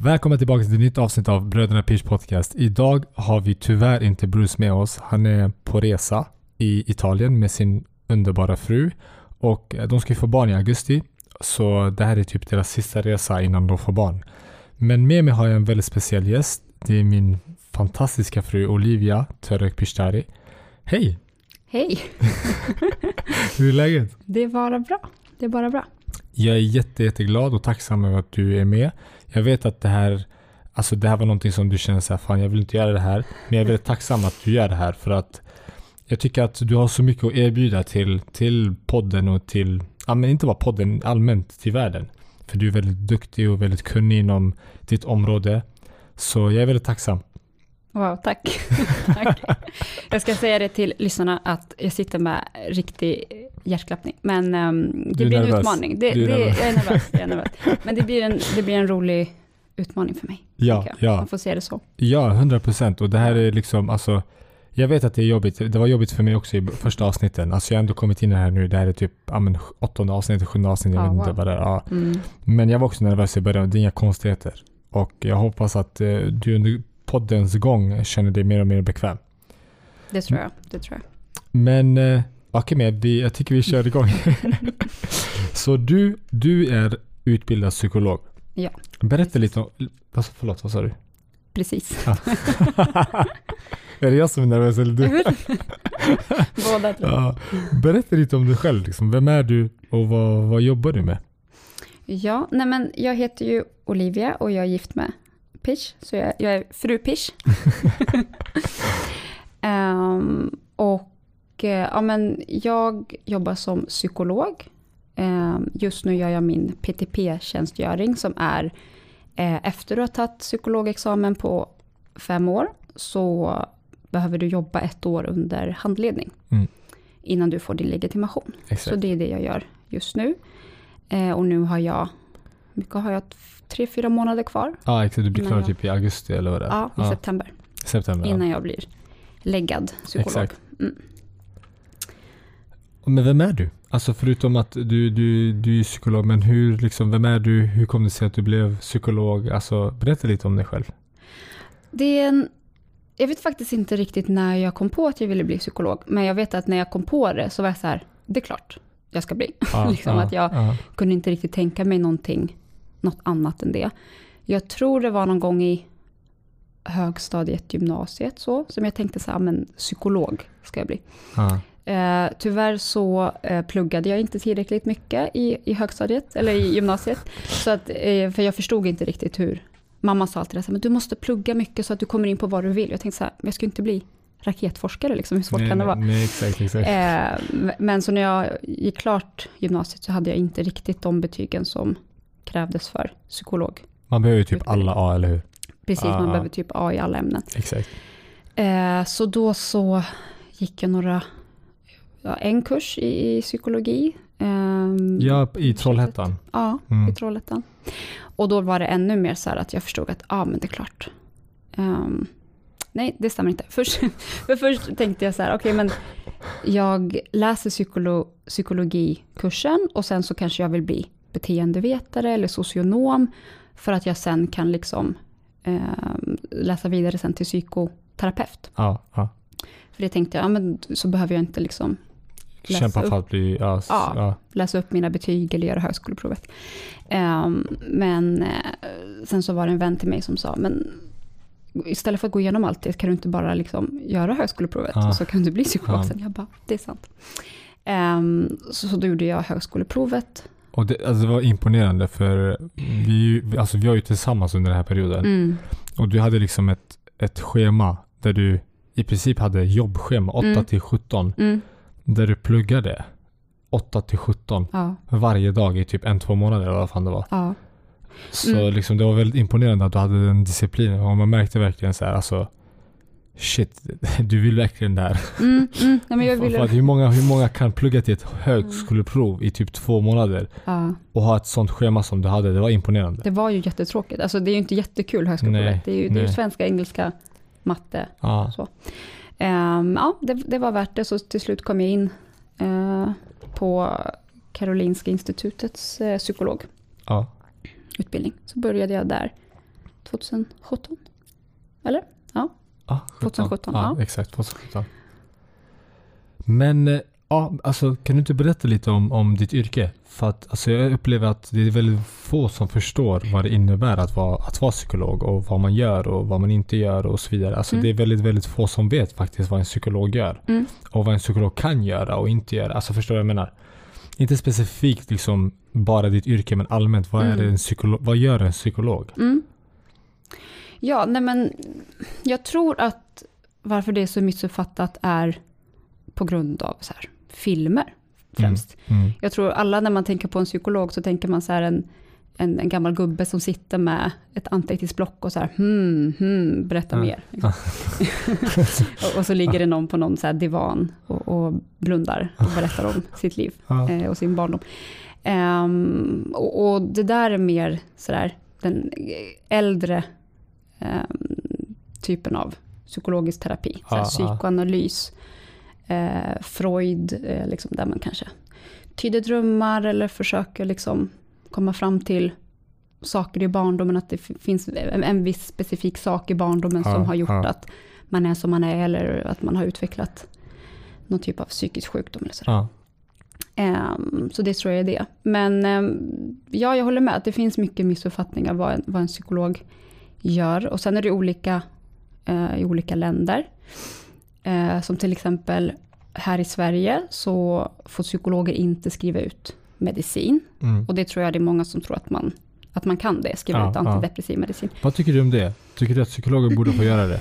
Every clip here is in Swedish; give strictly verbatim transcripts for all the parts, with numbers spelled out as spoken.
Välkommen tillbaka till ett nytt avsnitt av Bröderna Pish podcast. Idag har vi tyvärr inte Bruce med oss. Han är på resa i Italien med sin underbara fru. Och de ska få barn i augusti. Så det här är typ deras sista resa innan de får barn. Men med mig har jag en väldigt speciell gäst. Det är min fantastiska fru Olivia Török Pishtari. Hej! Hej! Hur är läget? Det är bara bra. Det är bara bra. Jag är jätte, jätteglad och tacksam över att du är med. Jag vet att det här, alltså det här var någonting som du känner så här, fan jag vill inte göra det här. Men jag är väldigt tacksam att du gör det här för att jag tycker att du har så mycket att erbjuda till, till podden och till, ja men inte bara podden, allmänt till världen. För du är väldigt duktig och väldigt kunnig inom ditt område. Så jag är väldigt tacksam. Wow, tack. tack. Jag ska säga det till lyssnarna att jag sitter med riktig hjärtklappning. Men um, det blir en utmaning. Det, det, jag är nervös. Jag är nervös. Men det blir, en, det blir en rolig utmaning för mig. Ja, ja. Man får se det så. Ja, hundra procent. Och det här är liksom, alltså, jag vet att det är jobbigt. Det var jobbigt för mig också i första avsnitten. Alltså jag har ändå kommit in här nu. Det här är typ ja, men, åttonde avsnittet, sjunde avsnittet. Jag ah, vet wow. inte vad det är. Ja. Mm. Men jag var också nervös i början. Det är inga konstigheter. Och jag hoppas att eh, du under poddens gång känner dig mer och mer bekväm. Det tror jag. Det tror jag. Men eh, okej, med, vi, jag tycker vi kör igång. Så du, du är utbildad psykolog. Ja. Berätta lite om... Alltså, förlåt, vad sa du? Precis. Ja. Är det jag som är nervös eller du? Båda tror jag. Ja. Berätta lite om dig själv. Liksom. Vem är du och vad, vad jobbar du med? Ja, nej men jag heter ju Olivia och jag är gift med Pish. Så jag, jag är fru Pish. um, och ja, men jag jobbar som psykolog. Um, just nu gör jag min P T P-tjänstgöring som är eh, efter du har tagit psykologexamen på fem år så behöver du jobba ett år under handledning mm. innan du får din legitimation. Exakt. Så det är det jag gör just nu. Eh, och nu har jag, mycket har jag tre, fyra månader kvar. Ja, ah, exakt. Du blir klar jag, typ i augusti eller vad det är? Ja, i ah. september. September, innan ja. jag blir läggad psykolog. Exakt. Mm. Men vem är du? Alltså förutom att du, du, du är psykolog, men hur, liksom, vem är du? Hur kom det sig att du blev psykolog? Alltså, berätta lite om dig själv. Det är en, jag vet faktiskt inte riktigt när jag kom på att jag ville bli psykolog. Men jag vet att när jag kom på det så var jag så här, det är klart jag ska bli. Ah, liksom ah, att jag ah. kunde inte riktigt tänka mig någonting, något annat än det. Jag tror det var någon gång i högstadiet, gymnasiet så, som jag tänkte så här, men psykolog ska jag bli. Ah. Eh, tyvärr så eh, pluggade jag inte tillräckligt mycket i, i högstadiet eller i gymnasiet. Så att, eh, för jag förstod inte riktigt hur. Mamma sa alltid det, men du måste plugga mycket så att du kommer in på vad du vill. Jag tänkte så här, men jag ska inte bli raketforskare liksom, hur svårt nej, kan det vara? Nej, exakt, exakt. Eh, men så när jag gick klart gymnasiet så hade jag inte riktigt de betygen som krävdes för psykolog. Man behöver ju typ alla A, eller hur? Precis, ah. man behöver typ A i alla ämnen. Exakt. Eh, så då så gick jag några, ja, en kurs i, i psykologi. Eh, ja, i Trollhättan. Ja, mm. i Trollhättan. Och då var det ännu mer så här att jag förstod att, ja ah, men det är klart. Um, nej, det stämmer inte. Först, för först tänkte jag så här, okej okay, men jag läser psykolo, psykologikursen och sen så kanske jag vill bli beteendevetare eller socionom för att jag sen kan liksom eh, läsa vidare sen till psykoterapeut. Ja, ja. För det tänkte jag, ja men så behöver jag inte liksom läsa kämpa upp, för att bli, ja, ja, ja. läsa upp mina betyg eller göra högskoleprovet. Um, men uh, sen så var det en vän till mig som sa, men istället för att gå igenom allt det kan du inte bara liksom göra högskoleprovet ah. och så kan du bli psykolog ah. sen. Jag bara, det är sant. Um, så, så då gjorde jag högskoleprovet. Och det, alltså det var imponerande för vi, alltså vi var ju tillsammans under den här perioden. Mm. Och du hade liksom ett, ett schema där du i princip hade jobbschema åtta till sjutton. Mm. Där du pluggade åtta till sjutton ja. varje dag i typ en, två månader eller vad fan det var. Ja. Så Mm. liksom det var väldigt imponerande att du hade den disciplinen. Och man märkte verkligen så här, alltså shit, du vill verkligen där. Mm, mm. Nej, men jag ville... för att hur, många, hur många kan plugga till ett högskoleprov i typ två månader ja. och ha ett sånt schema som du hade? Det var imponerande. Det var ju jättetråkigt. Alltså det är ju inte jättekul högskoleprovet. Nej, det är ju, det är ju svenska, engelska, matte. Ja. Så. Um, ja, det, det var värt det. Så till slut kom jag in uh, på Karolinska institutets uh, psykologutbildning. Ja. Så började jag där tjugohundrasjutton. Eller? Ja. Ja, tjugohundrasjutton. Ja, Ja. exakt. tjugohundrasjutton. Men eh, ja, alltså, kan du inte berätta lite om, om ditt yrke? För att alltså, jag upplever att det är väldigt få som förstår vad det innebär att vara, att vara psykolog och vad man gör och vad man inte gör och så vidare. Alltså, Mm. det är väldigt, väldigt få som vet faktiskt vad en psykolog gör. Mm. Och vad en psykolog kan göra och inte göra. Alltså förstår du vad jag menar? Inte specifikt liksom bara ditt yrke, men allmänt. Vad, Mm. är en psykolog, vad gör en psykolog? Mm. Ja, nej men jag tror att varför det är så missuppfattat är på grund av så här, filmer främst. Mm. Mm. Jag tror alla när man tänker på en psykolog så tänker man så här en, en, en gammal gubbe som sitter med ett anteckningsblock och så här hmm, hmm, berätta Ja. mer. och, och så ligger det någon på någon så här divan och, och blundar och berättar om sitt liv Ja. eh, och sin barndom. Ehm, och, och det där är mer så där den äldre ehm, typen av psykologisk terapi. Så här, Ja, ja. psykoanalys. Eh, Freud, eh, liksom, där man kanske tyder drömmar eller försöker liksom komma fram till saker i barndomen, att det f- finns en, en viss specifik sak i barndomen Ja, som har gjort ja. att man är som man är, eller att man har utvecklat någon typ av psykisk sjukdom eller så. Ja. Um, så det tror jag är det. Men um, ja, jag håller med att det finns mycket missuppfattningar vad en, vad en psykolog gör. Och sen är det olika uh, i olika länder. Uh, som till exempel här i Sverige så får psykologer inte skriva ut medicin. Mm. Och det tror jag det är många som tror att man, att man kan det, skriva Ja, ut antidepressiv medicin. Vad tycker du om det? Tycker du att psykologer borde få göra det?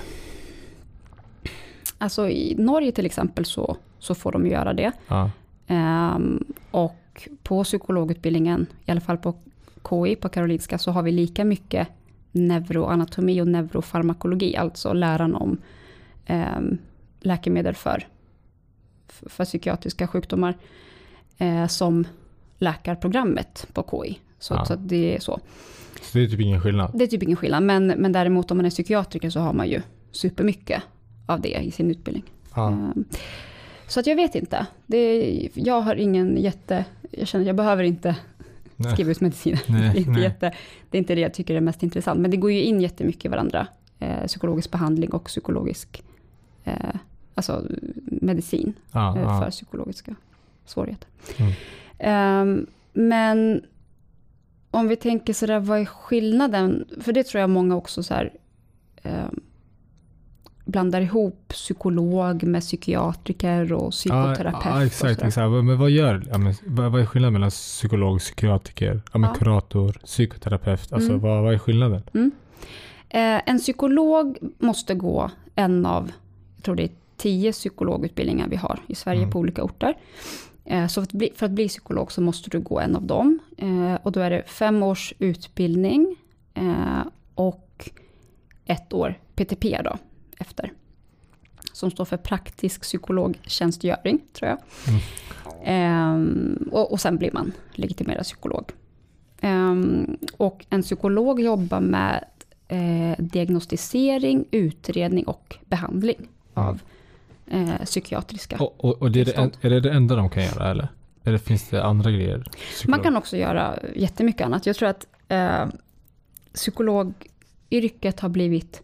Alltså i Norge till exempel så, så får de göra det. Ja. Um, och på psykologutbildningen, i alla fall på K I, på Karolinska, så har vi lika mycket neuroanatomi och neurofarmakologi, alltså läran om um, läkemedel för, för psykiatriska sjukdomar, uh, som läkarprogrammet på K I. Så, Ja. så att det är så. Så det är typ ingen skillnad? Det är typ ingen skillnad, men, men däremot om man är psykiatriker så har man ju supermycket av det i sin utbildning. Ja. Um, Så att jag vet inte. Det är, jag har ingen jätte... Jag känner att jag behöver inte Nej. skriva ut mediciner. Nej, det, är inte nej. jätte, det är inte det jag tycker är mest intressant. Men det går ju in jättemycket i varandra. Eh, psykologisk behandling och psykologisk... Eh, alltså medicin Ja, eh, ja. för psykologiska svårigheter. Mm. Um, men om vi tänker sådär, vad är skillnaden? För det tror jag många också så här... Um, blandar ihop psykolog med psykiatriker och psykoterapeut. Ja, ja, exakt, och sådär. exakt. Men vad gör, ja, men, vad, vad är skillnaden mellan psykolog, psykiatriker, ja, men Ja. kurator, psykoterapeut? Alltså Mm. vad, vad är skillnaden? Mm. Eh, en psykolog måste gå en av, jag tror det är tio psykologutbildningar vi har i Sverige Mm. på olika orter. Eh, så för att, bli, för att bli psykolog så måste du gå en av dem. Eh, och då är det fem års utbildning eh, och ett år P T P då, efter. Som står för praktisk psykologtjänstgöring, tror jag. Mm. Ehm, och, och sen blir man legitimerad psykolog. Ehm, och en psykolog jobbar med eh, diagnostisering, utredning och behandling av eh, psykiatriska. Och, och, och det är, det, en, tillstånd. är det det enda de kan göra, eller? Eller finns det andra grejer? Psykolog? Man kan också göra jättemycket annat. Jag tror att eh, psykologyrket har blivit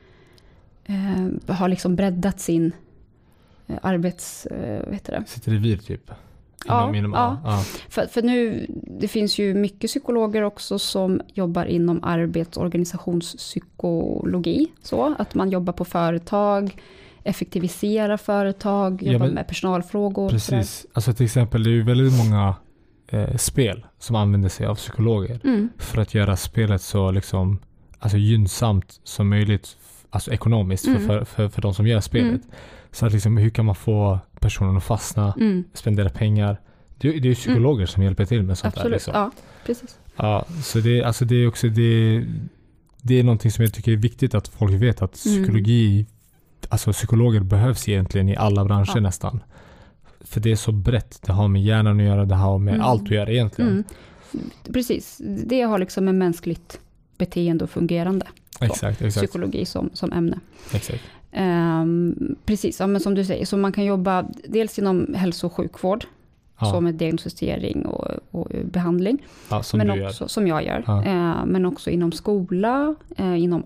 eh, har liksom breddat sin eh, arbets... Eh, vad heter det? Sitt revir typ? Ja, Inom, inom, ja. ja. För, för nu, det finns ju mycket psykologer också som jobbar inom arbets- och organisationspsykologi. Så att man jobbar på företag, effektiviserar företag, Ja, jobbar men- med personalfrågor. sådär. Precis. Alltså till exempel, det är ju väldigt många eh, spel som använder sig av psykologer Mm, för att göra spelet så liksom, alltså gynnsamt som möjligt, alltså ekonomiskt Mm. för, för, för, för de som gör spelet. Så att liksom, hur kan man få personen att fastna, mm, spendera pengar? Det, är- det är ju psykologer som hjälper till med sånt där. absolut, Liksom. ja, precis. Ja, så det, alltså det är också det, det är någonting som jag tycker är viktigt att folk vet, att Mm. psykologi, alltså psykologer behövs egentligen i alla branscher Ja. nästan. För det är så brett, det har med hjärnan att göra, det har med Mm. allt att göra egentligen. Mm. Precis, det har liksom en mänskligt beteende och fungerande Exakt, exakt, psykologi som, som ämne. exakt. Ehm, precis, ja, men som du säger, så man kan jobba dels inom hälso- och sjukvård. Ja. Så med diagnostisering och, och behandling. Ja, som men du också, gör. Som jag gör. Ja. Eh, men också inom skola, eh, inom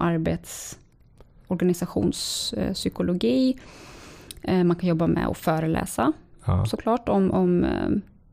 arbetsorganisationspsykologi. Eh, man kan jobba med att föreläsa Ja. såklart om, om eh,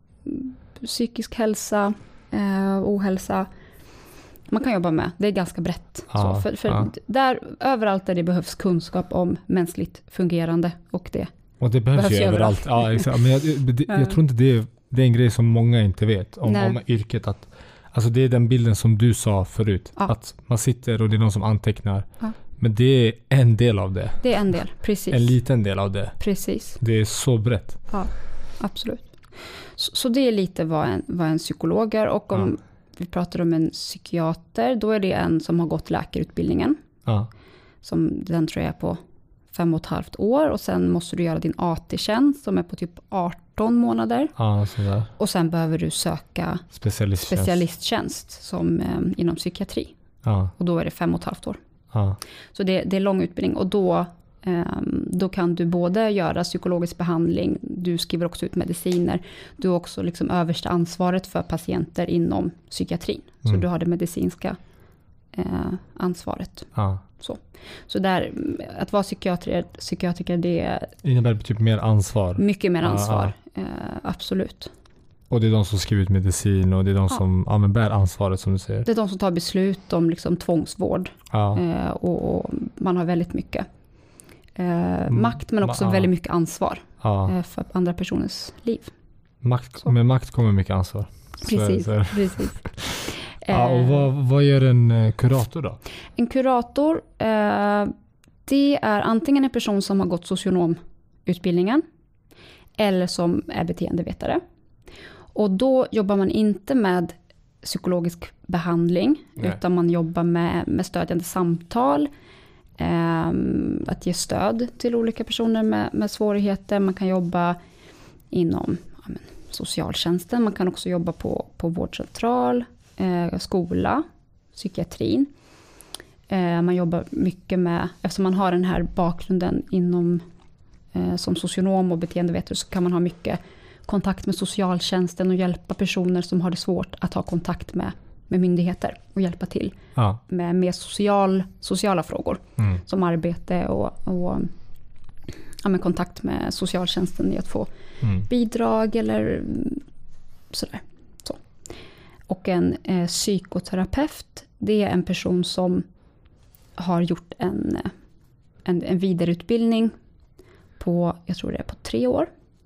psykisk hälsa, eh, ohälsa. Man kan jobba med. Det är ganska brett. Ja, så för, för ja. där, överallt där det behövs kunskap om mänskligt fungerande och det. Och det behövs, behövs ju överallt. Ja, exakt. Men jag, det, Ja. jag tror inte det är, det är en grej som många inte vet om, Nej. om yrket. Att, alltså det är den bilden som du sa förut. Ja. Att man sitter och det är någon som antecknar. Ja. Men det är en del av det. Det är en del, precis. En liten del av det. Precis, Det är så brett. ja, absolut. Så, så det är lite vad en, vad en psykolog är. Och om Ja. vi pratar om en psykiater, då är det en som har gått läkarutbildningen. Ja. Som den tror jag är på fem och ett halvt år. Och sen måste du göra din A T-tjänst som är på typ arton månader. Ja, sådär. Och sen behöver du söka Specialisttjänst. specialisttjänst som, eh, inom psykiatri. Ja. Och då är det fem och ett halvt år. Ja. Så det, det är lång utbildning. Och då, eh, då kan du både göra psykologisk behandling, du skriver också ut mediciner. Du har också liksom översta ansvaret för patienter inom psykiatrin. Så Mm. du har det medicinska eh, ansvaret. Ja. Så där, att vara psykiater, psykiatriker, det är Innebär typ mer ansvar. mycket mer Ja, ansvar. Eh, absolut. Och det är de som skriver ut medicin och det är de Ja. som ja, men bär ansvaret som du säger. Det är de som tar beslut om liksom tvångsvård. Ja. Eh, och, och man har väldigt mycket eh, makt, men också ja. väldigt mycket ansvar Ja. eh, för andra personers liv. Makt, Så. med makt kommer mycket ansvar. Så är det, Precis, så är det. precis. Ja, och Eh, vad, vad gör en eh, kurator då? En kurator, eh, det är antingen en person som har gått socionomutbildningen eller som är beteendevetare. Och då jobbar man inte med psykologisk behandling, Nej. utan man jobbar med, med stödjande samtal, eh, att ge stöd till olika personer med, med svårigheter. Man kan jobba inom ja, men, socialtjänsten, man kan också jobba på, på vårdcentral, eh, skola, psykiatrin. Eh, man jobbar mycket med, eftersom man har den här bakgrunden inom eh, som socionom och beteendevetare, så kan man ha mycket kontakt med socialtjänsten och hjälpa personer som har det svårt att ha kontakt med, med myndigheter och hjälpa till Ja. med mer social, sociala frågor Mm. som arbete och, och ja, med kontakt med socialtjänsten i att få Mm. bidrag eller mm, sådär. Så. Och en eh, psykoterapeut, det är en person som har gjort en, en, en vidareutbildning på, jag tror det är på tre år.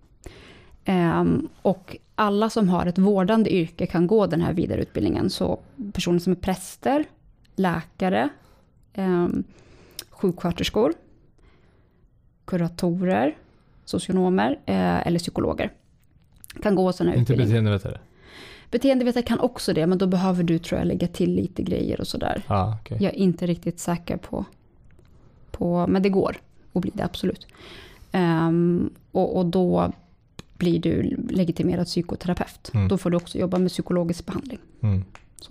Ehm, och alla som har ett vårdande yrke kan gå den här vidareutbildningen. Så personer som är präster, läkare, ehm, sjuksköterskor, kuratorer, socionomer eh, eller psykologer kan gå sån här Inte utbildning. beteendevetare? Beteendevetare kan också det, men då behöver du tror jag lägga till lite grejer och sådär. Ja, okej. Jag är inte riktigt säker på, på men det går att bli det absolut. Ehm, och, och då blir du legitimerad psykoterapeut. Mm. Då får du också jobba med psykologisk behandling. Mm.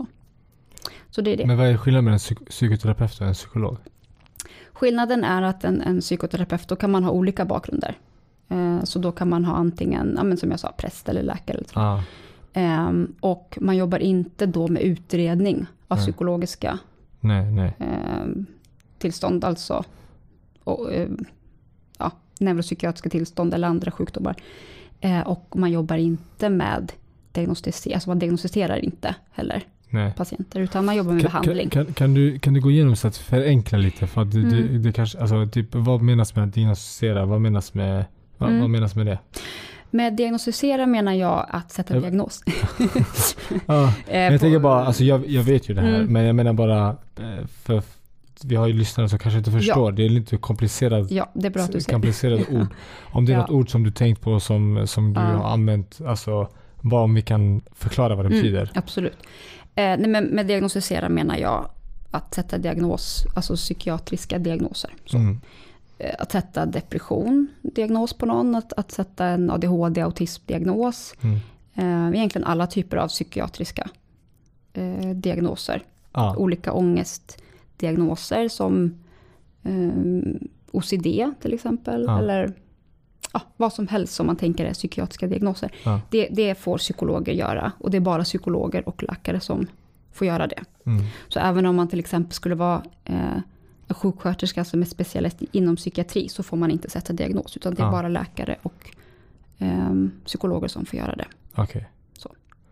Så det är det. Men vad är skillnaden mellan en psyk- psykoterapeut och en psykolog? Skillnaden är att en, en psykoterapeut, då kan man ha olika bakgrunder. Eh, så då kan man ha antingen, ja, men som jag sa, präst eller läkare. Eller så. Ja. Ehm, och man jobbar inte då med utredning av Nej. psykologiska Nej, nej. ehm, tillstånd, alltså och, eh, ja, neuropsykiatriska tillstånd eller andra sjukdomar. Eh, och man jobbar inte med diagnostisering, alltså man diagnostiserar inte heller nej. patienter, utan man jobbar med Kan, behandling. kan, kan, kan, du, kan du gå igenom så att förenkla lite? För att du, du, Mm. det kanske, alltså, typ, vad menas med att diagnostisera? Vad menas med, vad, Mm. vad menas med det? Med diagnostisera menar jag att sätta Jag- diagnos. Ja, Eh, men jag på- tänker bara, alltså jag, jag vet ju det här, Mm. men jag menar bara, eh, för vi har ju lyssnare som kanske inte förstår. Det är lite komplicerat, Ja, det är bra att du säger. komplicerade ord. Om det är Ja. något ord som du tänkt på som, som du Ja. har använt, alltså vad om vi kan förklara vad det Mm. betyder? Absolut. Eh, nej, men med diagnostisera menar jag att sätta diagnos, alltså psykiatriska diagnoser. Så. Mm. Eh, att sätta depression, diagnos på någon, att, att sätta en A D H D-autismdiagnos. Mm. Eh, egentligen alla typer av psykiatriska eh, diagnoser. Ja. Olika ångestdiagnoser som eh, O C D till exempel. Ja. Eller ja, vad som helst som man tänker är psykiatriska diagnoser. Ja. Det, det får psykologer göra och det är bara psykologer och läkare som får göra det. Mm. Så även om man till exempel skulle vara eh, en sjuksköterska som är specialist inom psykiatri så får man inte sätta diagnos utan det är Ja. bara läkare och eh, psykologer som får göra det. Okej. Okay. Så.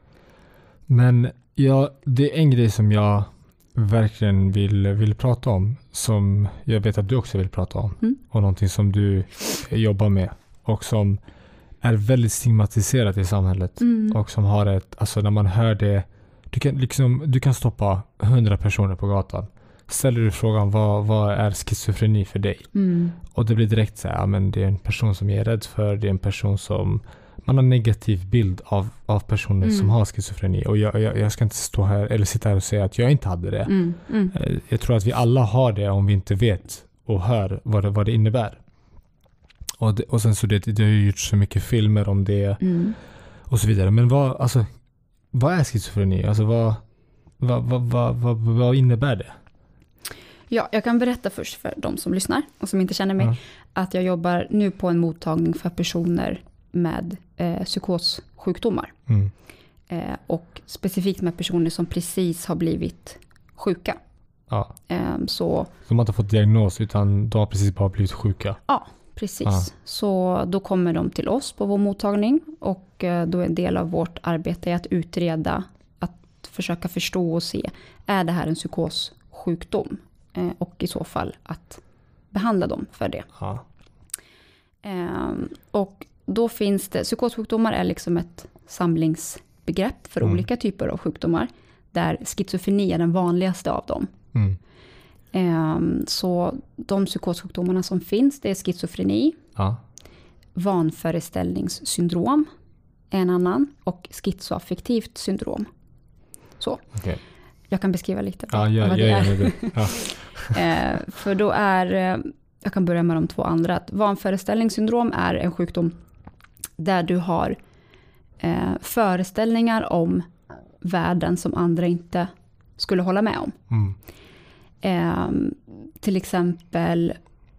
Men ja, det är en grej som jag verkligen vill, vill prata om som jag vet att du också vill prata om Mm. och någonting som du jobbar med och som är väldigt stigmatiserat i samhället Mm. och som har ett, alltså när man hör det, du kan, liksom, du kan stoppa hundra personer på gatan. Ställer du frågan vad, vad är schizofreni för dig? Mm. Och det blir direkt så här, ja, men det är en person som jag är rädd för, det är en person som man har en negativ bild av, av personer Mm. som har schizofreni. Och jag, jag, jag ska inte stå här eller sitta här och säga att jag inte hade det. Mm. Mm. Eh, Jag tror att vi alla har det om vi inte vet och hör vad det, vad det innebär. Och, det, och sen så det, det har ju gjorts så mycket filmer om det Mm. och så vidare. Men vad, alltså, vad är schizofreni? Alltså vad, vad, vad, vad, vad, vad innebär det? Ja, jag kan berätta först för de som lyssnar och som inte känner mig Ja. att jag jobbar nu på en mottagning för personer med eh, psykossjukdomar. Mm. Eh, och specifikt med personer som precis har blivit sjuka. Ja. Eh, så De har inte fått diagnos utan de har precis bara blivit sjuka. ja, precis. Ja. Så då kommer de till oss på vår mottagning och eh, då är en del av vårt arbete att utreda, att försöka förstå och se, är det här en psykossjukdom? Eh, och i så fall att behandla dem för det. Ja. Eh, och då finns det, psykossjukdomar är liksom ett samlingsbegrepp för Mm. olika typer av sjukdomar, där schizofreni är den vanligaste av dem. Mm. Eh, så de psykossjukdomarna som finns, det är schizofreni, Ja. vanföreställningssyndrom är en annan och schizoaffektivt syndrom. Så, Okej. jag kan beskriva lite Ja, gör, vad gör det är. gärna det. Ja. Eh, för då är, eh, jag kan börja med de två andra. Att vanföreställningssyndrom är en sjukdom där du har eh, föreställningar om världen som andra inte skulle hålla med om. Mm. Eh, till exempel,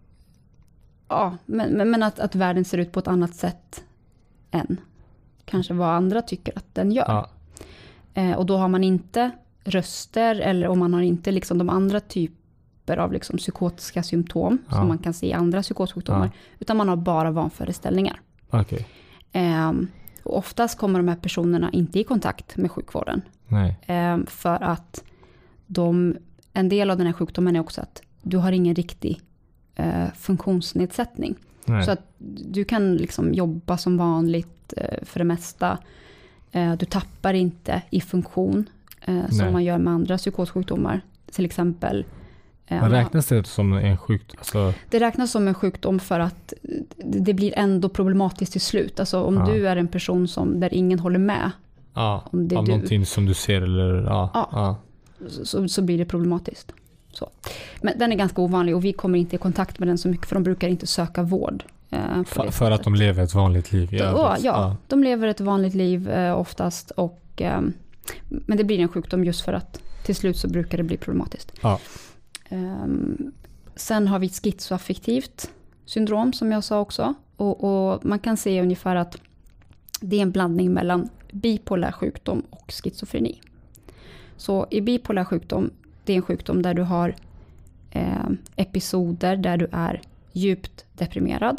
ja, men, men, men att, att världen ser ut på ett annat sätt än kanske vad andra tycker att den gör. Ja. Eh, och då har man inte röster eller om man har inte liksom de andra typer av liksom psykotiska symptom Ja. som man kan se i andra psykossjukdomar, Ja. utan man har bara vanföreställningar. Okej. Eh, och oftast kommer de här personerna inte i kontakt med sjukvården. Nej. Eh, för att de, en del av den här sjukdomen är också att du har ingen riktig eh, funktionsnedsättning. Nej. Så att du kan liksom jobba som vanligt eh, för det mesta. Eh, du tappar inte i funktion eh, som Nej. man gör med andra psykossjukdomar. Till exempel. Eh, Men räknas det som en sjukdom? Alltså, det räknas som en sjukdom för att det blir ändå problematiskt till slut. Alltså om Ja. du är en person som, där ingen håller med, ja, om det är av du. någonting som du ser eller ja. Ja. ja. så, så blir det problematiskt. Så. Men den är ganska ovanlig och vi kommer inte i kontakt med den så mycket för de brukar inte söka vård. Eh, på För, det för att sättet. de lever ett vanligt liv i Ja, övrigt. ja, de lever ett vanligt liv eh, oftast. Och, eh, men det blir en sjukdom just för att till slut så brukar det bli problematiskt. Ja. Eh, sen har vi ett schizoaffektivt syndrom som jag sa också. Och, och man kan se ungefär att det är en blandning mellan bipolär sjukdom och schizofreni. Så i bipolär sjukdom, det är en sjukdom där du har eh, episoder där du är djupt deprimerad.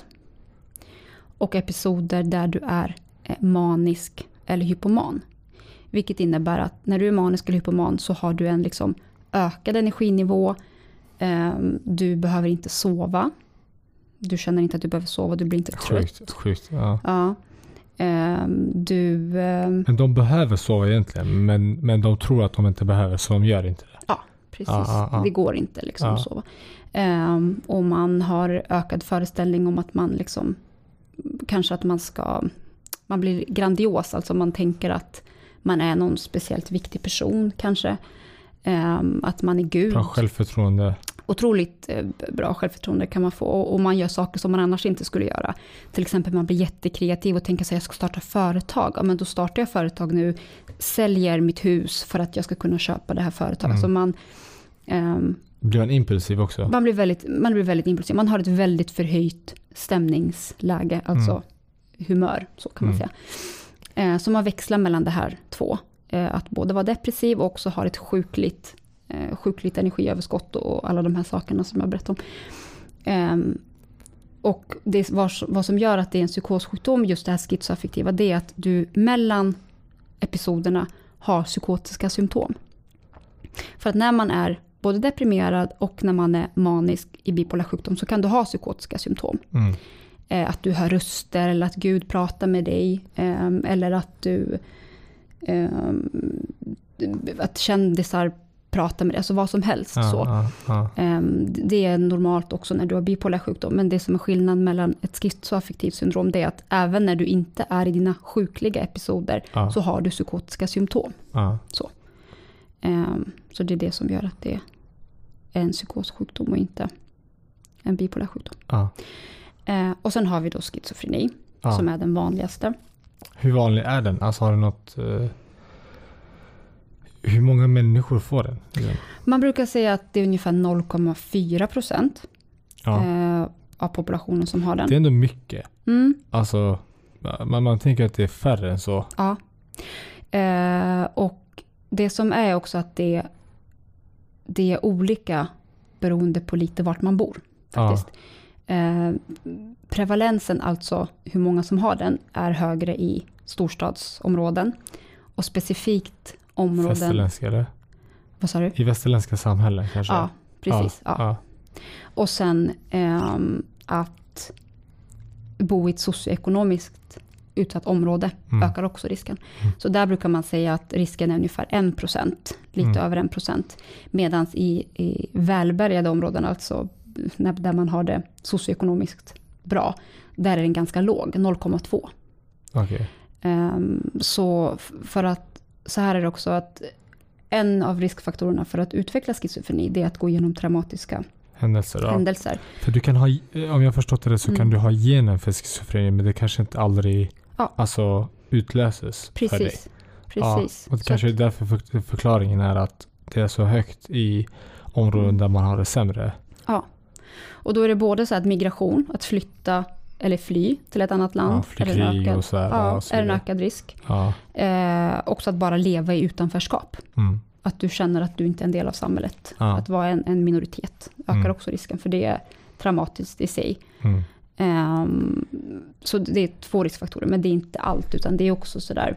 Och episoder där du är eh, manisk eller hypoman. Vilket innebär att när du är manisk eller hypoman så har du en liksom ökad energinivå. Eh, du behöver inte sova. Du känner inte att du behöver sova, du blir inte trött. Sjukt, sjukt. Ja. Ja. Eh, du... Eh, Men de behöver sova egentligen, men, men de tror att de inte behöver, så de gör inte det. ja, precis. Ja, ja, ja. Det går inte liksom Ja. att sova. Eh, och man har ökad föreställning om att man liksom... Kanske att man ska... Man blir grandios, alltså man tänker att man är någon speciellt viktig person kanske. Eh, att man är Gud. Bra självförtroende. Otroligt eh, bra självförtroende kan man få. Och, och man gör saker som man annars inte skulle göra. Till exempel man blir jättekreativ och tänker sig jag ska starta företag. Ja, men då startar jag företag nu. Säljer mitt hus för att jag ska kunna köpa det här företaget. Mm. Så man, ehm, Blir man impulsiv också? Man blir väldigt, man blir väldigt impulsiv. Man har ett väldigt förhöjt stämningsläge, alltså mm. humör, så kan man mm. säga. Eh, så man växlar mellan det här två. Eh, att både vara depressiv och också ha ett sjukligt, eh, sjukligt energiöverskott och alla de här sakerna som jag berättade om. Eh, och det vad, vad som gör att det är en psykossjukdom, just det här schizoaffektiva, det är att du mellan episoderna har psykotiska symptom. För att när man är både deprimerad och när man är manisk i bipolär sjukdom så kan du ha psykotiska symptom. Mm. Eh, att du hör röster eller att Gud pratar med dig. Eh, eller att du eh, att kändisar pratar med dig. Alltså vad som helst. Ja, så. Ja, ja. Eh, det är normalt också när du har bipolär sjukdom. Men det som är skillnad mellan ett schizoaffektivt syndrom, det är att även när du inte är i dina sjukliga episoder ja. så har du psykotiska symptom. Ja. Så. Eh, så det är det som gör att det är en psykossjukdom och inte en bipolär sjukdom. Ja. Eh, och sen har vi då schizofreni ja. som är den vanligaste. Hur vanlig är den? Alltså har du något... Eh, hur många människor får den? Man brukar säga att det är ungefär noll komma fyra procent ja. eh, av populationen som har den. Det är ändå mycket. Mm. Alltså, man, man tänker att det är färre än så. Ja. Eh, och det som är också att det, det är olika beroende på lite vart man bor. Faktiskt. Ja. Eh, prevalensen, alltså hur många som har den, är högre i storstadsområden. Och specifikt områden... Västerländska, eller? Vad sa du? I västerländska samhällen kanske? Ja, precis. Ja. Ja. Och sen eh, att bo i ett socioekonomiskt utsatt område mm. ökar också risken. Mm. Så där brukar man säga att risken är ungefär en procent, lite mm. över en procent. Medan i, i välbärgade områden, alltså när, där man har det socioekonomiskt bra, där är den ganska låg, noll komma två. Okay. Um, så för att, så här är det också att en av riskfaktorerna för att utveckla schizofreni, det är att gå igenom traumatiska händelser. Ja. händelser. För du kan ha, om jag har förstått det så mm. kan du ha genen för schizofreni, men det kanske inte aldrig ja. alltså, utlöses Precis. för dig. Precis. Ja, och det kanske är därför för, förklaringen är att det är så högt i områden mm. där man har det sämre. Ja. Och då är det både så att migration, att flytta eller fly till ett annat land, ja, är, en ökad, och så här, ja, ja, så är en ökad risk. Ja. Eh, också att bara leva i utanförskap. Mm. Att du känner att du inte är en del av samhället. Ja. Att vara en, en minoritet ökar mm. också risken, för det är traumatiskt i sig. Mm. Um, så det är två riskfaktorer, men det är inte allt, utan det är också sådär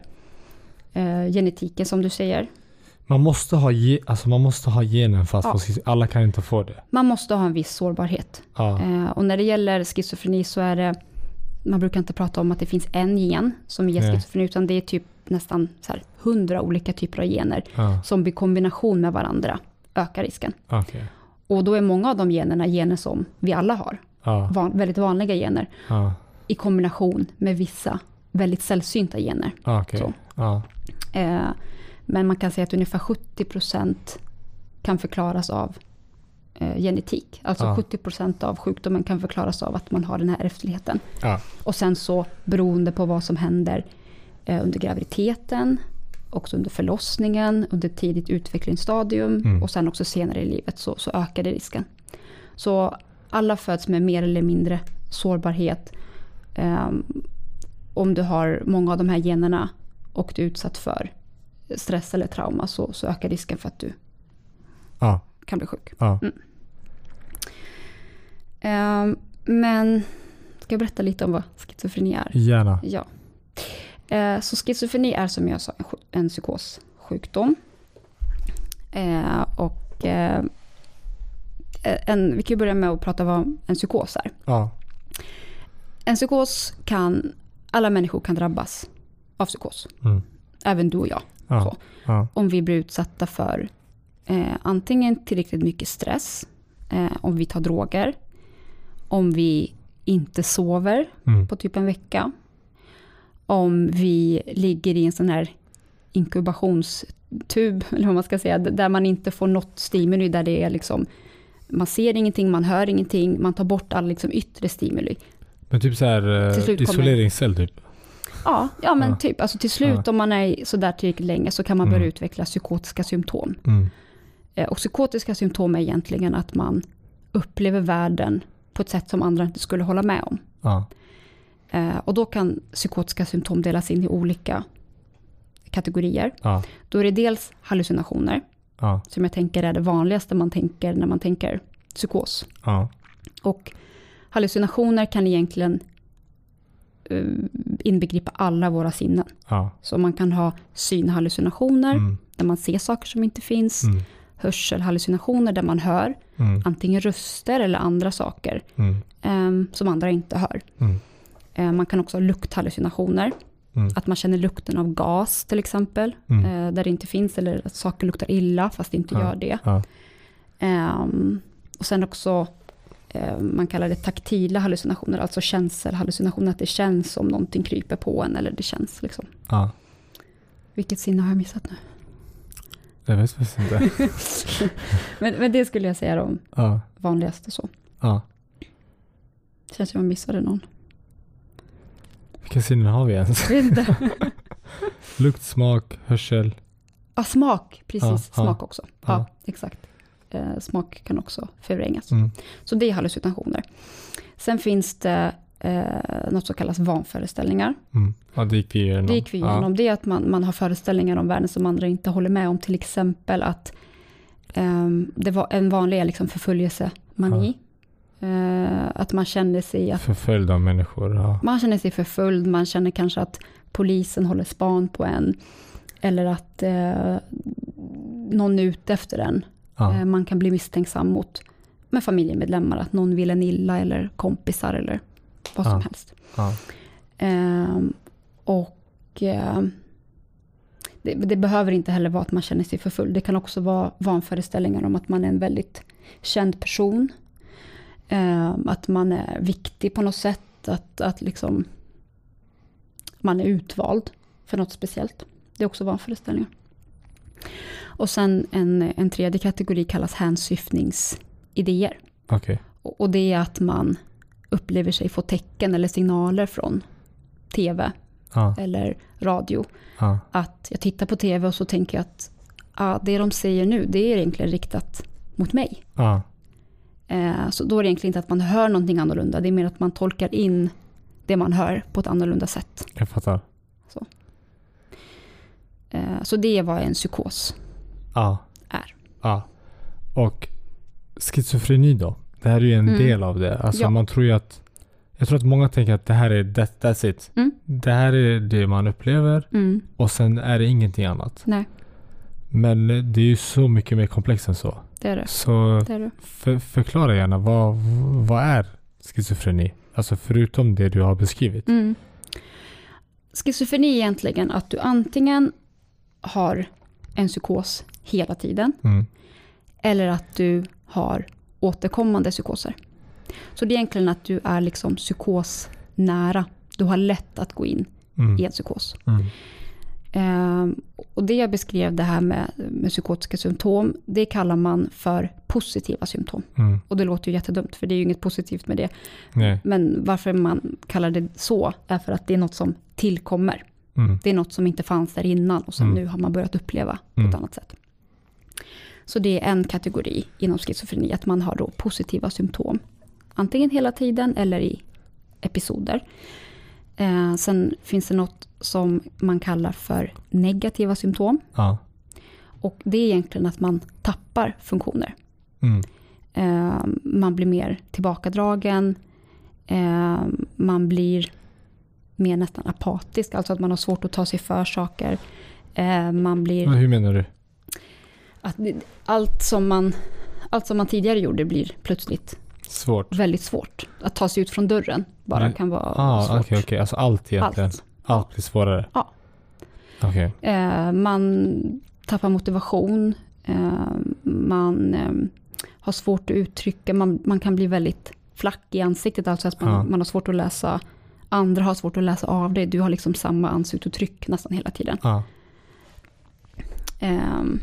uh, genetiken som du säger. Man måste ha, ge, alltså man måste ha genen fast ja. alla kan inte få det. Man måste ha en viss sårbarhet. Ja. Uh, och när det gäller schizofreni så är det, man brukar inte prata om att det finns en gen som ger schizofreni, utan det är typ nästan så här hundra olika typer av gener ja. som i kombination med varandra ökar risken. Okay. Och då är många av de generna gener som vi alla har. Ja. Van, väldigt vanliga gener. Ja. I kombination med vissa väldigt sällsynta gener. Okay. Så. Ja. Eh, men man kan säga att ungefär sjuttio procent kan förklaras av eh, genetik. Alltså ja. sjuttio procent av sjukdomen kan förklaras av att man har den här ärftligheten. Ja. Och sen så beroende på vad som händer eh, under graviditeten, också under förlossningen, under tidigt utvecklingsstadium mm. och sen också senare i livet så, så ökar det risken. Så alla föds med mer eller mindre sårbarhet. Um, om du har många av de här generna och du är utsatt för stress eller trauma så, så ökar risken för att du ja. kan bli sjuk. Ja. Mm. Um, men ska jag berätta lite om vad schizofreni är? Gärna. Ja. Uh, så schizofreni är, som jag sa, en, en psykossjukdom. Uh, och uh, En, vi kan börja med att prata om vad en psykos är. Ja. En psykos kan, alla människor kan drabbas av psykos. Mm. Även du och jag. Ja. Så. Ja. Om vi blir utsatta för eh, antingen tillräckligt mycket stress, eh, om vi tar droger, om vi inte sover mm. på typ en vecka, om vi ligger i en sån här inkubationstub, eller vad man ska säga, där man inte får något stimuli, där det är liksom man ser ingenting, man hör ingenting, man tar bort all liksom yttre stimuli. Men typ så här isoleringscell typ? Ja, ja men ja. typ. Alltså till slut ja. om man är så där tillräckligt länge så kan man börja mm. utveckla psykotiska symptom. Mm. Och psykotiska symptom är egentligen att man upplever världen på ett sätt som andra inte skulle hålla med om. Ja. Och då kan psykotiska symptom delas in i olika kategorier. Ja. Då är det dels hallucinationer, ja. som jag tänker är det vanligaste man tänker när man tänker psykos. Ja. Och hallucinationer kan egentligen uh, inbegripa alla våra sinnen. Ja. Så man kan ha synhallucinationer, mm. där man ser saker som inte finns. Mm. Hörselhallucinationer där man hör mm. antingen röster eller andra saker mm. um, som andra inte hör. Mm. Uh, man kan också ha lukthallucinationer. Mm. Att man känner lukten av gas till exempel. Mm. Uh, där det inte finns, eller att saker luktar illa fast det inte ja. gör det. Ja. Um, och sen också uh, man kallar det taktila hallucinationer, alltså känselhallucinationer, att det känns som någonting kryper på en, eller det känns liksom. Ja. Vilket sinne har jag missat nu? Jag vet faktiskt inte. men, men det skulle jag säga de ja. vanligaste så. Ja. Det känns som jag missade någon. Vilka sinnen har vi ens? Lukt, smak, hörsel. Ja, smak. Precis, ja, smak ja. också. Ja, Ja. exakt. Eh, smak kan också förvrängas. Mm. Så det är hallucinationer. Sen finns det eh, något som kallas vanföreställningar. Mm. Ja, det gick vi igenom. Det gick vi igenom. Ja. Det är att man, man har föreställningar om världen som andra inte håller med om. Till exempel att eh, det var en vanlig liksom förföljelsemani. Eh, att man känner sig att Förföljd av människor. Ja. man känner sig förföljd. Man känner kanske att polisen håller span på en. Eller att eh, någon är ute efter en. Ja. Eh, man kan bli misstänksam mot med familjemedlemmar. Att någon vill en illa eller kompisar eller vad som Ja. helst. Ja. Eh, och eh, det, det behöver inte heller vara att man känner sig förföljd. Det kan också vara vanföreställningar om att man är en väldigt känd person. Eh, att man är viktig på något sätt. Att, att liksom man är utvald för något speciellt. Det är också vanföreställningar. Och sen en, en tredje kategori kallas hänsyftningsidéer. Okej. Och, och det är att man upplever sig få tecken eller signaler från tv Ja. eller radio. Ja. Att jag tittar på tv och så tänker jag att ah, det de säger nu, det är egentligen riktat mot mig. Ja. Eh, så då är det egentligen inte att man hör någonting annorlunda. Det är mer att man tolkar in det man hör på ett annorlunda sätt. Jag fattar. Så, eh, så det är vad en psykos Ja. är. Ja. Och schizofreni då? Det här är ju en Mm. del av det. Alltså Ja. man tror ju att jag tror att många tänker att det här är that, that's it. Mm. Det här är det man upplever Mm. och sen är det ingenting annat. Nej, Men det är ju så mycket mer komplext än så. det är det. Så det, är det. för, förklara gärna, vad, vad är schizofreni? Alltså förutom det du har beskrivit. Mm. Schizofreni är egentligen att du antingen har en psykos hela tiden Mm. eller att du har återkommande psykoser. Så det är egentligen att du är liksom psykosnära. Du har lätt att gå in Mm. i en psykos. Mm. Ehm, och det jag beskrev det här med, med psykotiska symptom, det kallar man för positiva symptom. Mm. Och det låter ju jättedumt för det är ju inget positivt med det. Nej. Men varför man kallar det så är för att det är något som tillkommer. Mm. Det är något som inte fanns där innan och som Mm. nu har man börjat uppleva på Mm. ett annat sätt. Så det är en kategori inom schizofreni, att man har då positiva symptom. Antingen hela tiden eller i episoder. Eh, sen finns det något som man kallar för negativa symptom. Ja. Och det är egentligen att man tappar funktioner. Mm. Eh, man blir mer tillbakadragen. Eh, man blir mer nästan apatisk. Alltså att man har svårt att ta sig för saker. Eh, man blir... Men hur menar du? Att det, allt, som man, allt som man tidigare gjorde blir plötsligt Svårt. väldigt svårt. Att ta sig ut från dörren bara Men- kan vara Ah, svårt. okej, okej. Alltså allt egentligen. Allt. Allt blir svårare. Ja. Okej. Eh, man tappar motivation. Eh, man eh, har svårt att uttrycka. Man, man kan bli väldigt flack i ansiktet. Alltså att man, Ja. man har svårt att läsa. Andra har svårt att läsa av dig. Du har liksom samma ansiktsuttryck nästan hela tiden. Ja. Ehm.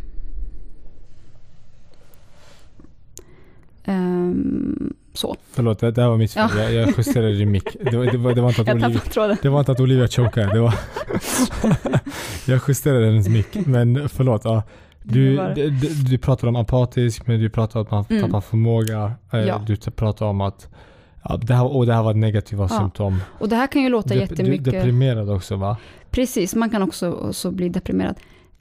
Ehm, så. Förlåt, det, det här var mitt fel. Ja. Jag, jag justerade din mick. Det, var- det, var, det var inte att Jag Olivia... tappade tråden. Det var inte att Olivia chokade. Det var... jag justerade hennes mick. Men förlåt. Ja. Du, du, du, du pratar om apatisk, men du pratar om att man mm. tappar förmåga. Ja. Du pratar om att ja, det, här, och det här var negativa ja. symptom. Och det här kan ju låta de, jättemycket... Du deprimerad också, va? Precis, man kan också, också bli deprimerad.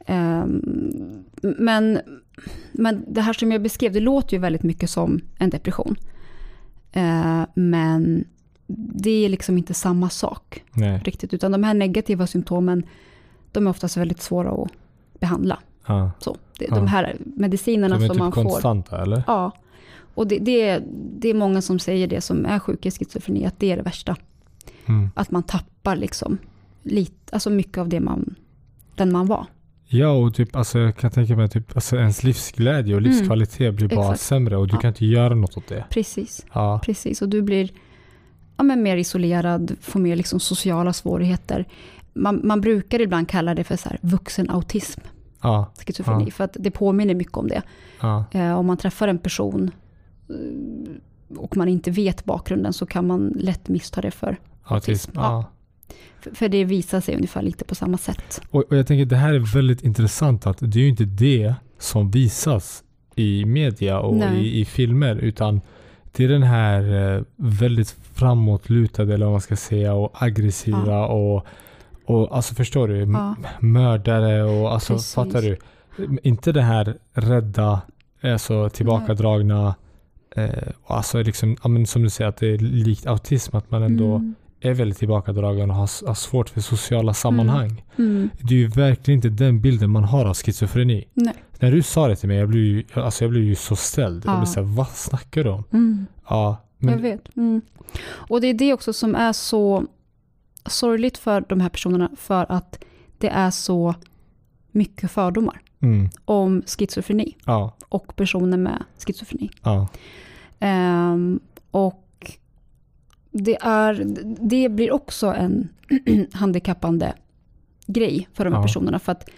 Um, men, men det här som jag beskrev, det låter ju väldigt mycket som en depression. Uh, men det är liksom inte samma sak. Nej. Riktigt. Utan de här negativa symptomen, de är oftast väldigt svåra att behandla. Ja. Så, det, ja. De här medicinerna som typ man får. De är konstanta, eller? Ja. Och det, det, är, det är många som säger det som är sjuka i schizofreni, att det är det värsta. Mm. Att man tappar liksom lite, alltså mycket av det man, den man var. Ja, och typ, alltså, jag kan tänka mig typ, alltså, ens livsglädje och livskvalitet mm. blir bara Exakt. sämre och du ja. kan inte göra något åt det. Precis, ja. Precis. Och du blir ja, men mer isolerad, får mer liksom sociala svårigheter. Man, man brukar ibland kalla det för så här vuxen autism. Ja. Schizofreni, ja. för att det påminner mycket om det. Ja. Eh, om man träffar en person och man inte vet bakgrunden så kan man lätt missta det för autism. autism. Ja. Ja. För, för det visar sig ungefär lite på samma sätt. Och, och jag tänker att det här är väldigt intressant, att det är ju inte det som visas i media och i, i filmer, utan det är den här eh, väldigt framåtlutade, eller vad man ska säga, och aggressiva ja. och, och alltså förstår du, ja. mördare och alltså Precis. fattar du? Inte det här rädda, alltså tillbakadragna, eh, alltså liksom, ja, men som du säger, att det är likt autism, att man ändå mm. är väldigt tillbakadragen och har, har svårt för sociala sammanhang. Mm. Mm. Det är ju verkligen inte den bilden man har av schizofreni. Nej. När du sa det till mig, jag blev ju, alltså jag blev ju så ställd. Ja. Jag blev så här, vad snackar du om? Mm. Ja, men... Jag vet. Mm. Och det är det också som är så sorgligt för de här personerna, för att det är så mycket fördomar mm. om schizofreni ja. och personer med schizofreni. Ja. Um, och det, är, det blir också en handikappande grej för de här ja. personerna, för att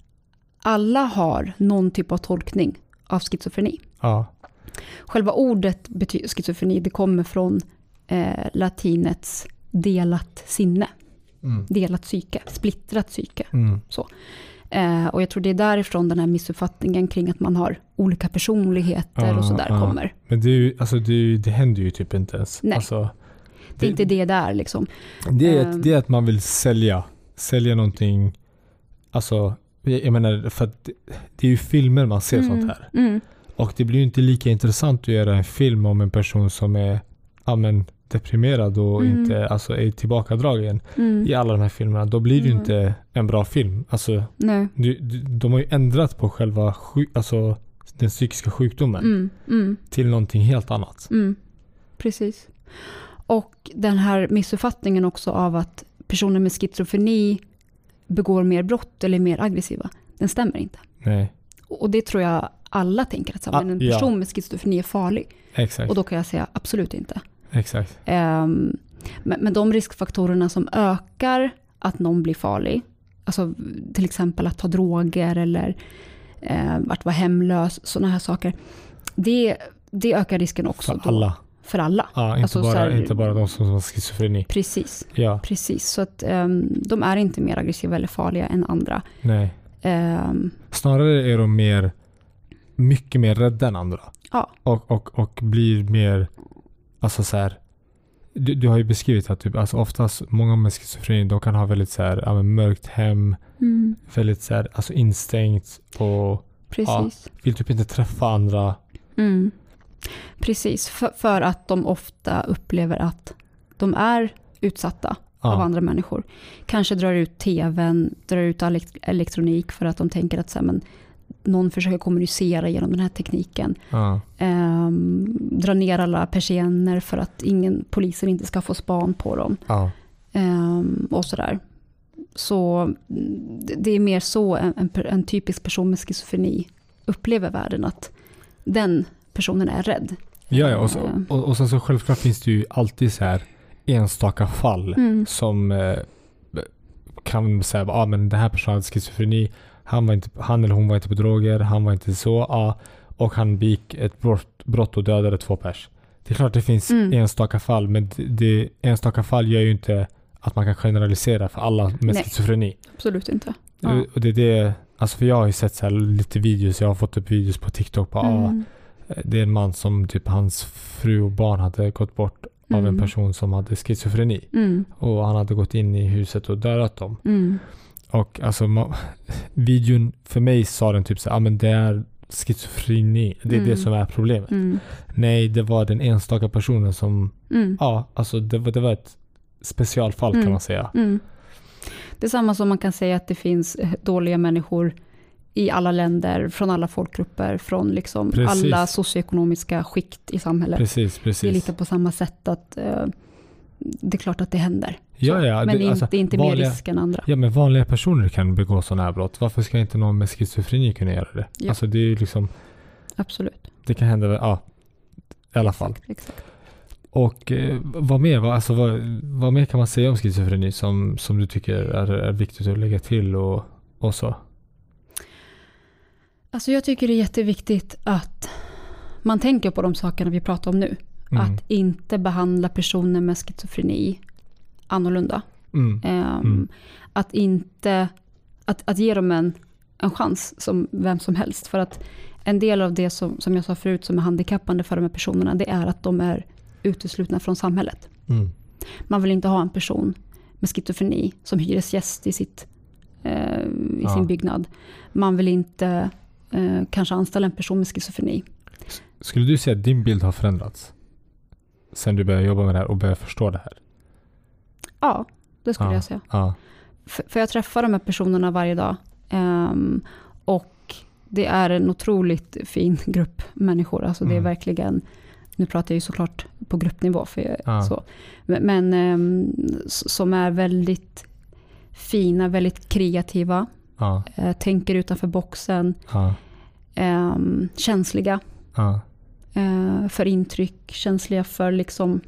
alla har någon typ av tolkning av schizofreni. Ja. Själva ordet betyder schizofreni, det kommer från eh, latinets delat sinne. Mm. Delat psyke, splittrat psyke. Mm. Så. Eh, och jag tror det är därifrån den här missuppfattningen kring att man har olika personligheter ja, och sådär ja. kommer. Men det, är ju, alltså det, det händer ju typ inte ens. Nej, alltså, det, det är inte det där liksom. Det är, um, det är att man vill sälja. Sälja någonting. Alltså, jag menar, för att det, det är ju filmer man ser mm, sånt här. Mm. Och det blir ju inte lika intressant att göra en film om en person som är ja, men, deprimerad och mm. inte alltså, är tillbakadragen mm. i alla de här filmerna. Då blir det ju mm. inte en bra film. Alltså, Nej. De, de har ju ändrat på själva sjuk, alltså, den psykiska sjukdomen mm. Mm. till någonting helt annat. Mm. Precis. Och den här missuppfattningen också av att personer med schizofreni begår mer brott eller är mer aggressiva, den stämmer inte. Nej. Och det tror jag alla tänker, att ah, en person ja. med schizofreni är farlig. Exakt. Och då kan jag säga absolut inte. Exakt. Um, men, men de riskfaktorerna som ökar att någon blir farlig, alltså till exempel att ta droger eller uh, att vara hemlös, sådana här saker, det, det ökar risken också. För då. alla. För alla. Ja, inte, alltså, bara, här, inte bara de som har schizofreni. Precis. Ja. Precis. Så att um, de är inte mer aggressiva eller farliga än andra. Nej. Um, Snarare är de mer mycket mer rädda än andra. Ja. Och, och, och blir mer alltså så här, du, du har ju beskrivit att typ, alltså oftast många med schizofreni, de kan ha väldigt så här, ja, mörkt hem, mm. väldigt så här, alltså instängt och Precis. Ja, vill typ inte träffa andra. Mm. Precis, för, för att de ofta upplever att de är utsatta ja. av andra människor. Kanske drar ut tvn, drar ut elektronik för att de tänker att så här, men, någon försöker kommunicera genom den här tekniken. Ja. Um, dra ner alla persienner för att ingen poliser inte ska få span på dem. Ja. Um, och sådär. Så det är mer så en, en, en typisk person med schizofreni upplever världen, att den personen är rädd. Ja, ja och, så, och, och sen så självklart finns det ju alltid så här enstaka fall mm. som eh, kan säga att ah, men den här personen hade schizofreni, han, var inte, han eller hon var inte på droger, han var inte så, ah, och han begick ett brott, brott och dödade två pers. Det är klart det finns mm. enstaka fall, men det, det, enstaka fall gör ju inte att man kan generalisera för alla med Nej, schizofreni. Absolut inte. Ja. Och det är det, Alltså för jag har ju sett så här lite videos, jag har fått upp videos på TikTok på Mm. ah, det är en man som typ hans fru och barn hade gått bort av Mm. en person som hade schizofreni. Mm. Och han hade gått in i huset och dödat dem. Mm. Och alltså ma- videon för mig sa den typ så ja ah, men det är schizofreni. Det är Mm. det som är problemet. Mm. Nej, det var den enstaka personen som Mm. ja, alltså det var, det var ett specialfall Mm. kan man säga. Mm. Det är samma som man kan säga att det finns dåliga människor i alla länder, från alla folkgrupper, från liksom Precis. alla socioekonomiska skikt i samhället. Precis, precis. Det är lite på samma sätt att eh, det är klart att det händer. Ja, ja, men det, det är alltså, inte, inte vanliga, mer risk än andra. Ja, men vanliga personer kan begå sådana här brott. Varför ska inte någon med schizofreni kunna göra det? Ja. Alltså det är ju liksom, Absolut. det kan hända, ja, i alla fall. Exakt, exakt. Och eh, vad mer, vad, alltså, vad, vad mer kan man säga om schizofreni som, som du tycker är, är viktigt att lägga till och, och så? Alltså jag tycker det är jätteviktigt att man tänker på de sakerna vi pratar om nu. Mm. Att inte behandla personer med schizofreni annorlunda. Mm. Um, Mm. Att inte att, att ge dem en, en chans som vem som helst. För att en del av det som, som jag sa förut som är handikappande för de här personerna, det är att de är uteslutna från samhället. Mm. Man vill inte ha en person med schizofreni som hyresgäst i, sitt, eh, i Ja. sin byggnad. Man vill inte eh, kanske anställa en person med schizofreni. Skulle du säga att din bild har förändrats sen du började jobba med det här och började förstå det här? Ja, det skulle Ja. jag säga. Ja. För, för jag träffar de här personerna varje dag. Ehm, och det är en otroligt fin grupp människor. Alltså det är Mm. verkligen, nu pratar jag ju såklart på gruppnivå. För jag, Ja. så. Men, men ehm, s- som är väldigt fina, väldigt kreativa. Ja. eh, tänker utanför boxen. Ja. ehm, känsliga Ja. eh, för intryck. Känsliga för liksom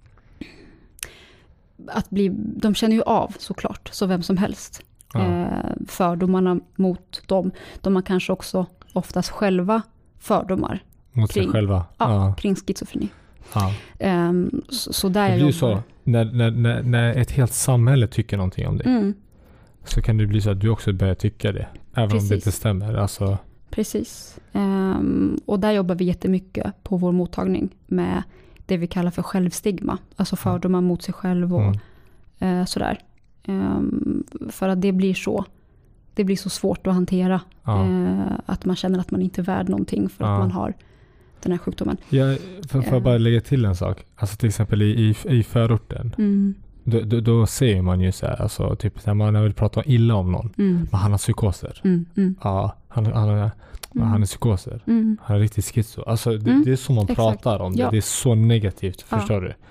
att bli, de känner ju av såklart, så vem som helst. Ja. Eh, fördomarna mot dem. De har kanske också oftast själva fördomar Mot sig kring- själva. ja, Ja. kring schizofreni. Ja. Ehm, så, så där Det jag blir ju jobbar. så, när, när, när, när ett helt samhälle tycker någonting om dig, Mm, så kan det bli så att du också börjar tycka det. Även Precis. om det inte stämmer. Alltså, precis. Ehm, och där jobbar vi jättemycket på vår mottagning med det vi kallar för självstigma. Alltså fördomar mot sig själv och mm. eh, sådär. Ehm, för att det blir så. Det blir så svårt att hantera. Ja. Eh, att man känner att man inte är värd någonting för Ja. att man har den här sjukdomen. Jag, för, för att bara lägga till en sak. Alltså till exempel i, i, i förorten. Mm. Då, då, då ser man ju så här, alltså typ när man vill prata illa om någon. Mm. Men han har psykoser. Mm. Mm. Ja, han, han, han, Mm. han är psykoser. Mm. Han är riktigt schizo. Alltså det, Mm, det är så man exakt. pratar om det. Ja. Det är så negativt, Ja. förstår du?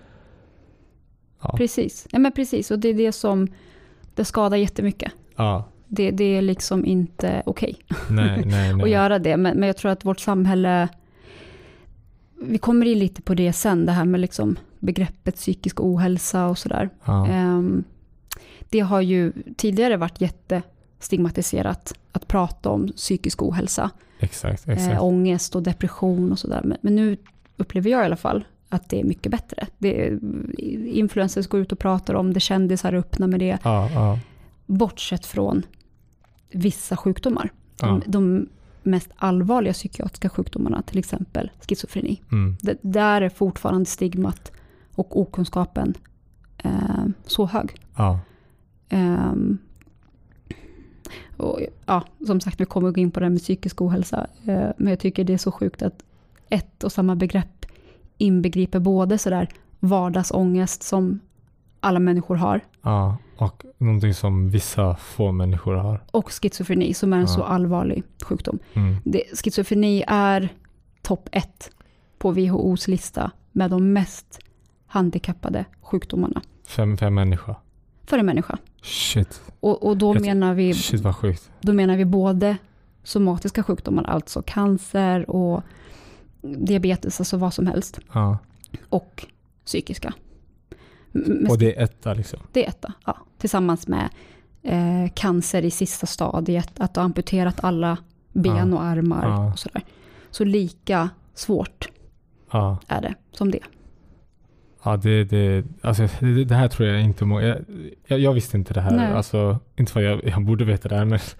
Ja. Precis. Ja, men precis. Och det är det som det skadar jättemycket. Ja. Det, det är liksom inte okej Nej, nej, nej. att göra det. Men, men jag tror att vårt samhälle, vi kommer in lite på det sen, det här med liksom begreppet psykisk ohälsa och sådär. Ja. Ehm, det har ju tidigare varit jättestigmatiserat att prata om psykisk ohälsa. Exakt, exakt. Eh, ångest och depression och sådär. Men, men nu upplever jag i alla fall att det är mycket bättre. Det är, influencers går ut och pratar om det, kändisar är öppna med det. Ja, ja. Bortsett från vissa sjukdomar. Ja. De, de mest allvarliga psykiatriska sjukdomarna, till exempel schizofreni. Mm. Det, där är fortfarande stigmat och okunskapen eh, så hög. Ja. Ehm, och, ja, som sagt, vi kommer gå in på det här med psykisk ohälsa. Eh, men jag tycker det är så sjukt att ett och samma begrepp inbegriper både sådär vardagsångest som alla människor har. Ja, och någonting som vissa få människor har. Och schizofreni som är en Ja. så allvarlig sjukdom. Mm. Det, schizofreni är topp ett på W H O:s lista med de mest handikappade sjukdomarna Fem, fem människor. för en människa. Shit. Och, och då, Jag- menar vi, Shit vad sjukt. då menar vi både somatiska sjukdomar, alltså cancer och diabetes, alltså vad som helst, Ja. och psykiska. M- men Och det är etta liksom. det är etta, ja. Tillsammans med eh, cancer i sista stadiet, att ha amputerat alla ben Ja. och armar Ja. och sådär. Så lika svårt Ja. är det som det. Ja, det, det, alltså, det, det här tror jag inte må, jag, jag, jag visste inte det här. Nej. Alltså, inte för att jag, jag borde veta det här, men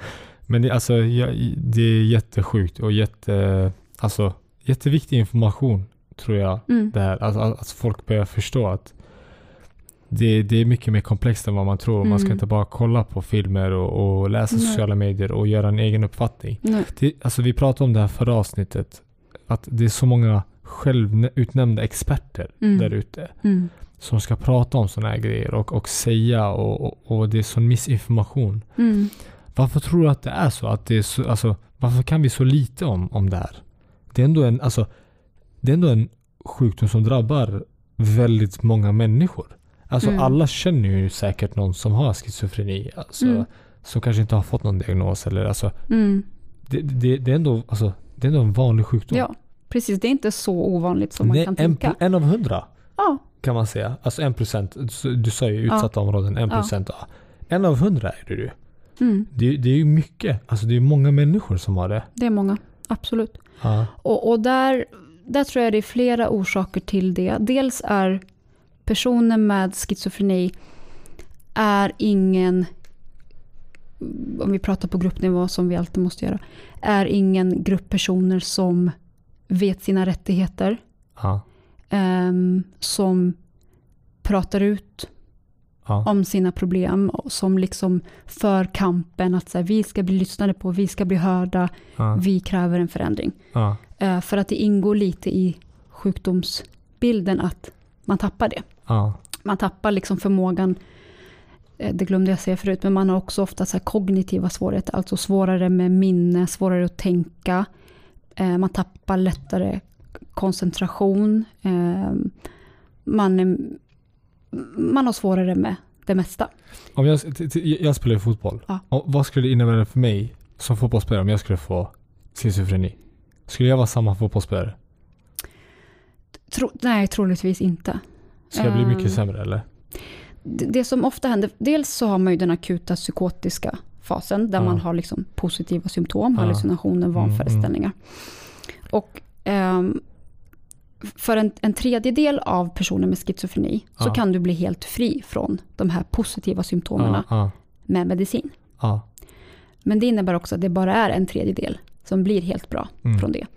Men det, alltså, jag, det är jättesjukt och jätte, alltså, jätteviktig information tror jag. Mm. Det här. Alltså, att folk börjar förstå att det, det är mycket mer komplext än vad man tror. Mm. Man ska inte bara kolla på filmer och, och läsa Nej. sociala medier och göra en egen uppfattning. Det, alltså, vi pratade om det här förra avsnittet. Att det är så många självutnämnda experter mm. där ute mm. som ska prata om såna här grejer och, och säga och, och, och det är sån missinformation. Mm. Varför tror du att det är så? Att det är så alltså, varför kan vi så lite om, om det här? Det är, ändå en, alltså, det är ändå en sjukdom som drabbar väldigt många människor. Alltså mm. alla känner ju säkert någon som har schizofreni. Alltså, mm. som kanske inte har fått någon diagnos. Eller, alltså, mm. det, det, det, är ändå, alltså, det är ändå en vanlig sjukdom. Ja, precis. Det är inte så ovanligt som Nej, man kan tänka. En, en av hundra ja. kan man säga. Alltså en procent. Du sa ju utsatta ja. områden. En procent. Ja. En av hundra är det du. Mm. Det, det är ju mycket. Alltså det är många människor som har det. Det är många, absolut. Ja. Och, och där, där tror jag det är flera orsaker till det. Dels är personer med schizofreni är ingen, om vi pratar på gruppnivå som vi alltid måste göra, är ingen grupp personer som vet sina rättigheter. Ja. Um, som pratar ut ja. om sina problem och som liksom för kampen att så här, vi ska bli lyssnade på, vi ska bli hörda, ja. vi kräver en förändring. Ja. Uh, för att det ingår lite i sjukdomsbilden att man tappar det. Ja. Man tappar liksom förmågan, det glömde jag säga förut, men man har också ofta så här kognitiva svårigheter, alltså svårare med minne, svårare att tänka. Uh, man tappar lättare koncentration. Uh, man är man har svårare med det mesta. Om jag, t- t- jag spelar fotboll. Ja. Och vad skulle det innebära för mig som fotbollsspelare om jag skulle få schizofreni? Skulle jag vara samma fotbollsspelare? Tro, nej, troligtvis inte. Ska jag bli mycket sämre eller? Det, det som ofta händer, dels så har man ju den akuta psykotiska fasen där ja. man har liksom positiva symptom, ja. hallucinationer, vanföreställningar. Mm, mm. Och um, för en, en tredjedel av personer med schizofreni ja. så kan du bli helt fri från de här positiva symptomerna ja, ja. med medicin. Ja. Men det innebär också att det bara är en tredjedel som blir helt bra mm. från det.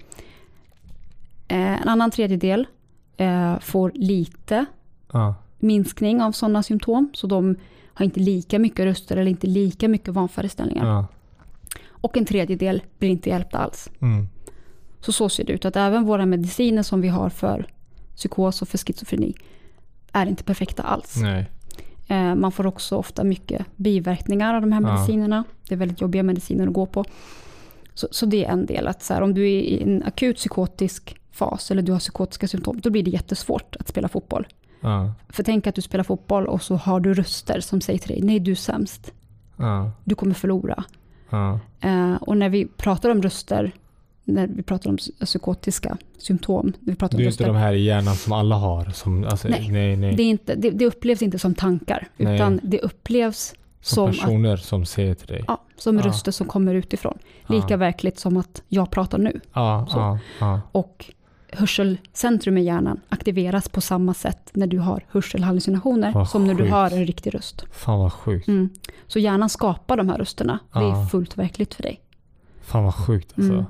Eh, en annan tredjedel eh, får lite ja. minskning av sådana symptom. Så de har inte lika mycket röster eller inte lika mycket vanföreställningar. Ja. Och en tredjedel blir inte hjälpt alls. Mm. Så så ser det ut att även våra mediciner som vi har för psykos och för schizofreni är inte perfekta alls. Nej. Eh, man får också ofta mycket biverkningar av de här medicinerna. Ja. Det är väldigt jobbiga mediciner att gå på. Så, så det är en del att så här, om du är i en akut psykotisk fas eller du har psykotiska symptom, då blir det jättesvårt att spela fotboll. Ja. För tänk att du spelar fotboll och så har du röster som säger till dig, nej du är sämst. Ja. Du kommer förlora. Ja. Eh, och när vi pratar om röster, när vi pratar om psykotiska symptom. Vi pratar det är om inte de här i hjärnan som alla har. Som, alltså, nej, nej, nej. Det, är inte, det, det upplevs inte som tankar. Nej. Utan det upplevs som, som personer att, som säger till dig. Ja, som ja. röster som kommer utifrån. Lika ja. verkligt som att jag pratar nu. Ja, ja, ja. Och hörselcentrum i hjärnan aktiveras på samma sätt när du har hörselhallucinationer vad som när sjukt. Du har en riktig röst. Fan vad sjukt. Mm. Så hjärnan skapar de här rösterna. Ja. Det är fullt verkligt för dig. Fan vad sjukt alltså. Mm.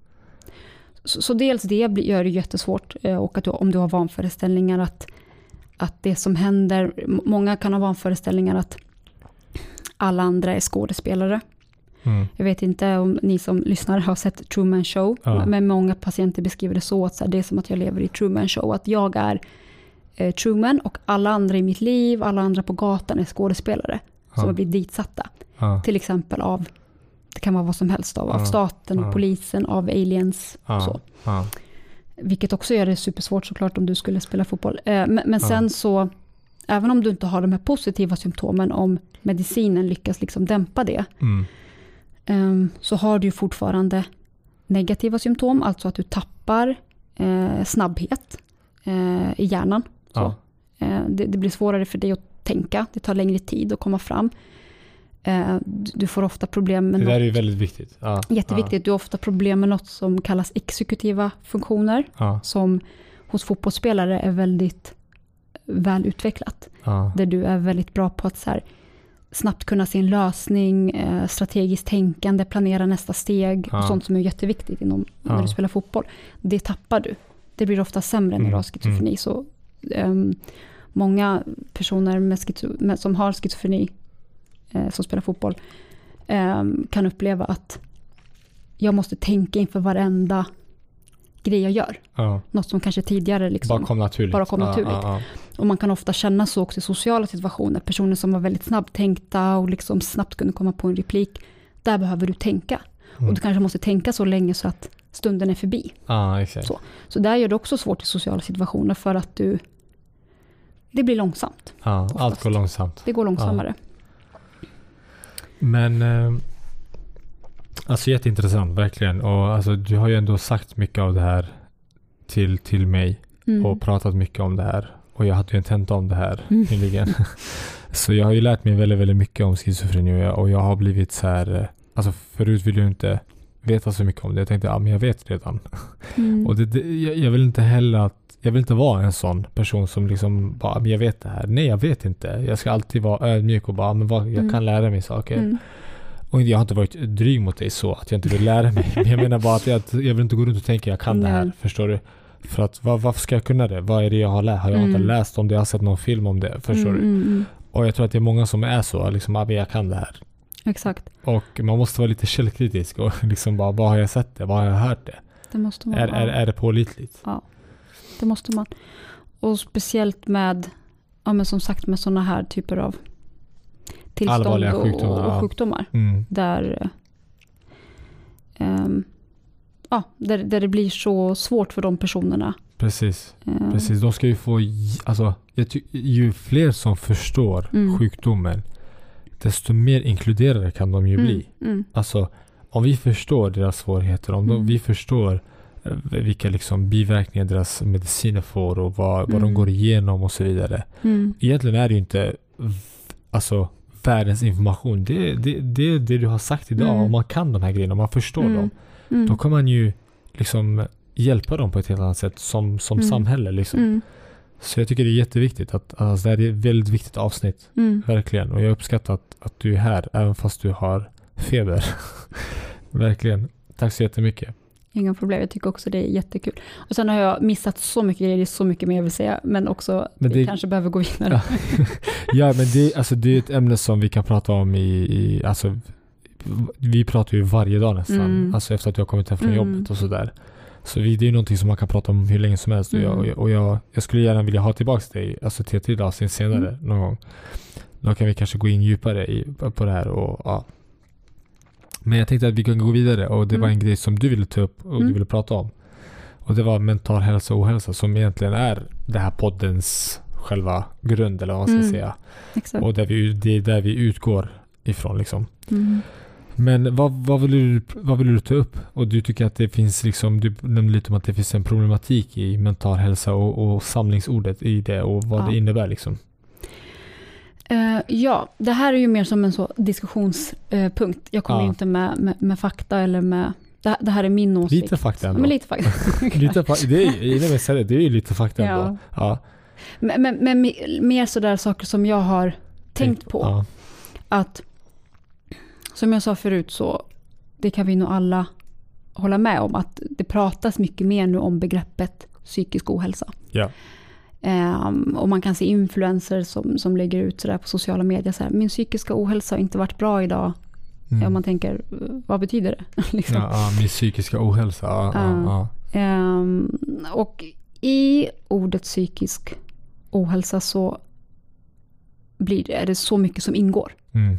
Så, så dels det gör det jättesvårt och att du, om du har vanföreställningar att, att det som händer, många kan ha vanföreställningar att alla andra är skådespelare. Mm. Jag vet inte om ni som lyssnar har sett Truman Show, ja. men många patienter beskriver det så att så här, det är som att jag lever i Truman Show, att jag är eh, Truman och alla andra i mitt liv, alla andra på gatan är skådespelare ja. som har blivit ditsatta. Ja. Till exempel av, det kan vara vad som helst av, ja. av staten, ja. polisen, av aliens ja. och så. Ja. Vilket också gör det supersvårt såklart om du skulle spela fotboll. Eh, men men ja. sen så, även om du inte har de här positiva symptomen, om medicinen lyckas liksom dämpa det, mm. um, så har du ju fortfarande negativa symptom, alltså att du tappar eh, snabbhet eh, i hjärnan. Så. Ja. Eh, det, det blir svårare för dig att tänka, det tar längre tid att komma fram. Eh, du får ofta problem med det där något, är ju väldigt viktigt. Ja. Jätteviktigt. Ja. Du har ofta problem med något som kallas exekutiva funktioner, ja. som hos fotbollsspelare är väldigt väl utvecklat. Ja. Där du är väldigt bra på att så här, snabbt kunna se en lösning, eh, strategiskt tänkande, planera nästa steg Ja. och sånt som är jätteviktigt inom, Ja. när du spelar fotboll. Det tappar du. Det blir ofta sämre när du Mm, har schizofreni. mm. Så, ehm, många personer med schizo- med, som har schizofreni eh, som spelar fotboll ehm, kan uppleva att jag måste tänka inför varenda grej jag gör. Ja. Något som kanske tidigare liksom, Bara kom naturligt. bara kom naturligt. Ja, ja, och man kan ofta känna så också i sociala situationer. Personer som var väldigt snabbtänkta och liksom snabbt kunde komma på en replik. Där behöver du tänka. Mm. Och du kanske måste tänka så länge så att stunden är förbi. ja, exakt. Så. Så där gör det också svårt i sociala situationer för att du det blir långsamt. Ja, Oftast. allt går långsamt. Det går långsammare. Men eh, alltså jätteintressant, verkligen. Och alltså, du har ju ändå sagt mycket av det här till, till mig Mm. och pratat mycket om det här. Och jag hade ju en tenta om det här Mm. nyligen. Så jag har ju lärt mig väldigt, väldigt mycket om schizofreni och jag, och jag har blivit så här, eh, alltså förut ville jag inte veta så mycket om det. Jag tänkte, ja men jag vet redan. Mm. Och det, det, jag, jag vill inte heller att jag vill inte vara en sån person som liksom bara, men jag vet det här. Nej, jag vet inte. Jag ska alltid vara ödmjuk och bara, men vad, jag Mm. kan lära mig saker. Mm. Och jag har inte varit dryg mot dig så att jag inte vill lära mig. Men jag menar bara att jag, jag vill inte gå runt och tänka jag kan det här. Nej. Förstår du? För att var, varför ska jag kunna det? Vad är det jag har lärt? Har jag Mm. inte läst om det? Jag har sett någon film om det. Förstår Mm, du? mm, mm. Och jag tror att det är många som är så. Liksom, ah, men jag kan det här. Exakt. Och man måste vara lite källkritisk och liksom bara, vad har jag sett det? Vad har jag hört det? Det måste man. Är, ja. är, är det pålitligt? Det måste man. Och speciellt med, ja men som sagt med sådana här typer av tillstånd Allvarliga och, sjukdomar, och ja. sjukdomar. Mm. Där, ehm, ja, där, där det blir så svårt för de personerna. Precis. Ehm, Precis. De ska ju få, alltså, jag ty- ju fler som förstår Mm. sjukdomen, desto mer inkluderade kan de ju mm, bli. Mm, Alltså, om vi förstår deras svårigheter, om de, Mm. vi förstår eh, vilka liksom biverkningar deras mediciner får och vad, vad de Mm. går igenom och så vidare. mm, Egentligen är det ju inte v- alltså, världens information. Det är det, det, det du har sagt idag. Mm. Om man kan de här grejerna, om man förstår mm, dem, mm, då kan man ju liksom hjälpa dem på ett helt annat sätt som, som Mm. samhälle. Liksom. mm, Så jag tycker det är jätteviktigt. Att, alltså, det här är ett väldigt viktigt avsnitt. mm. Verkligen. Och jag uppskattar att, att du är här, även fast du har feber. Verkligen. Tack så jättemycket. Inga problem, jag tycker också det är jättekul. Och sen har jag missat så mycket grejer, det är så mycket mer jag vill säga, men också Men vi det- kanske behöver gå vidare. Ja, men det, alltså, det är ett ämne som vi kan prata om i, i alltså, vi pratar ju varje dag nästan. Mm. Alltså efter att jag har kommit hem från Mm. jobbet och sådär. Så vi, det är ju någonting som man kan prata om hur länge som helst. Och, jag, Mm. och, jag, och jag, jag skulle gärna vilja ha tillbaka dig alltså till ett till avsnitt senare Mm. någon gång. Då kan vi kanske gå in djupare i, på det här. Och, ja. Men jag tänkte att vi kan gå vidare och det Mm. var en grej som du ville ta upp och Mm. du ville prata om. Och det var mental hälsa och ohälsa som egentligen är det här poddens själva grund eller vad man ska Mm. säga. Exakt. Och där vi, det är där vi utgår ifrån liksom. Mm. Men vad, vad, vill du, vad vill du ta upp? Och du tycker att det finns liksom, du nämnde lite om att det finns en problematik i mental hälsa och, och samlingsordet i det och vad Ja. det innebär liksom. Eh, ja, det här är ju mer som en så diskussionspunkt. Jag kommer Ja. ju inte med, med, med fakta eller med... Det, det här är min åsikt. Lite fakta Ja, ändå. men lite fakta. lite fa- det, är, nej, men seriöst, det är ju lite fakta Ja. ändå. Ja. men, men, men me- mer sådär saker som jag har tänkt på. Ja. Att, som jag sa förut så, det kan vi nog alla hålla med om, att det pratas mycket mer nu om begreppet psykisk ohälsa. Ja. Um, och man kan se influencers som, som lägger ut sådär på sociala medier så här, min psykiska ohälsa har inte varit bra idag. Mm. Om man tänker, vad betyder det? liksom. Ja, ja, min psykiska ohälsa. Ja, ja, ja. Um, och i ordet psykisk ohälsa så blir det, är det så mycket som ingår. Mm.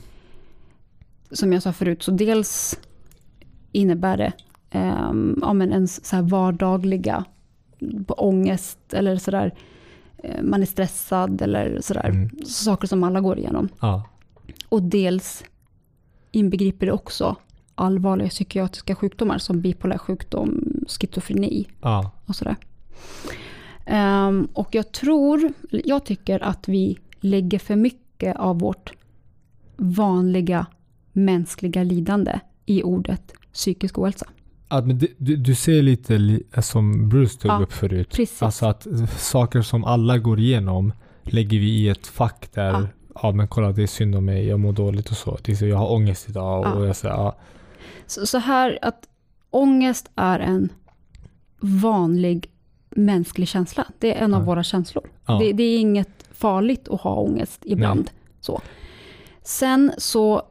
Som jag sa förut, så dels innebär det um, ja, men ens så här vardagliga ångest eller sådär, eh, man är stressad eller sådär, Mm. saker som alla går igenom. Ja. Och dels inbegriper det också allvarliga psykiatriska sjukdomar som bipolär sjukdom, schizofreni Ja. och sådär. Um, och jag tror, jag tycker att vi lägger för mycket av vårt vanliga mänskliga lidande i ordet psykisk ohälsa. Ja, men det, du, du ser lite li, som Bruce tog Ja, upp förut. precis. Alltså att saker som alla går igenom lägger vi i ett fack där Ja. ja men kolla det är synd om mig, jag mår dåligt och så. Det är så jag har ångest idag och Ja. jag säger ja. Så, så här att ångest är en vanlig mänsklig känsla. Det är en av Ja. våra känslor. Ja. Det, det är inget farligt att ha ångest ibland. Så. Sen så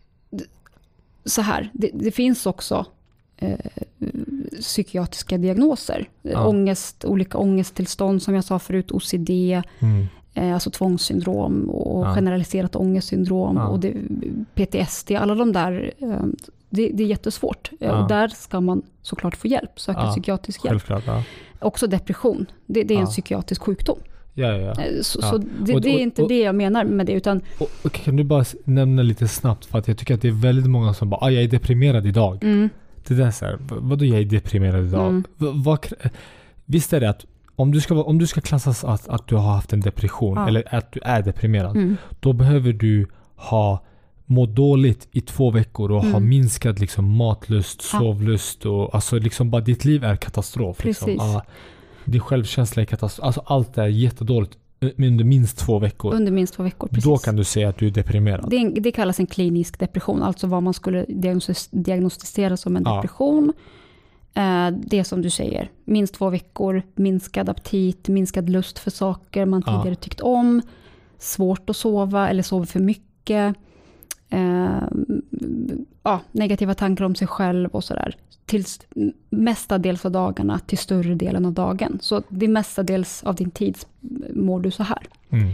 så här, det, det finns också eh, psykiatriska diagnoser. Ja. Ångest, olika ångesttillstånd som jag sa förut, O C D, Mm. eh, alltså tvångssyndrom och Ja. generaliserat ångestsyndrom Ja. och det, P T S D, alla de där, eh, det, det är jättesvårt. Eh, Ja. Och där ska man såklart få hjälp, söka Ja, psykiatrisk hjälp. Självklart, ja. Också depression, det, det är en Ja. psykiatrisk sjukdom. Ja, ja, ja. Eh, Så, Ja. så det, Och- det är och- inte och- det jag menar med det, utan Och, och kan du bara s- nämna lite snabbt, för att jag tycker att det är väldigt många som bara ah, jag är deprimerad idag. mm, Det där är så här, v- vadå jag är deprimerad idag? Mm. V- vad kr- visst är det att om du ska, vara- om du ska klassas att, att du har haft en depression Ja. eller att du är deprimerad, mm, då behöver du ha må dåligt i två veckor och ha Mm. minskad liksom matlust, Ja. sovlust och alltså liksom bara ditt liv är katastrof. Liksom. Precis. Ja, din självkänsla är katastrof. Alltså allt är jättedåligt under minst två veckor. under minst två veckor. Precis. Då kan du säga att du är deprimerad. Det, är en- det kallas en klinisk depression, alltså vad man skulle diagnos- diagnostisera som en Ja. depression. Eh, det som du säger, minst två veckor, minskad aptit, minskad lust för saker man Ja. tidigare tyckt om, svårt att sova eller sover för mycket, eh, ja, negativa tankar om sig själv och sådär. Till mestadels av dagarna till större delen av dagen. Så det mestadels av din tid mår du så här. Mm.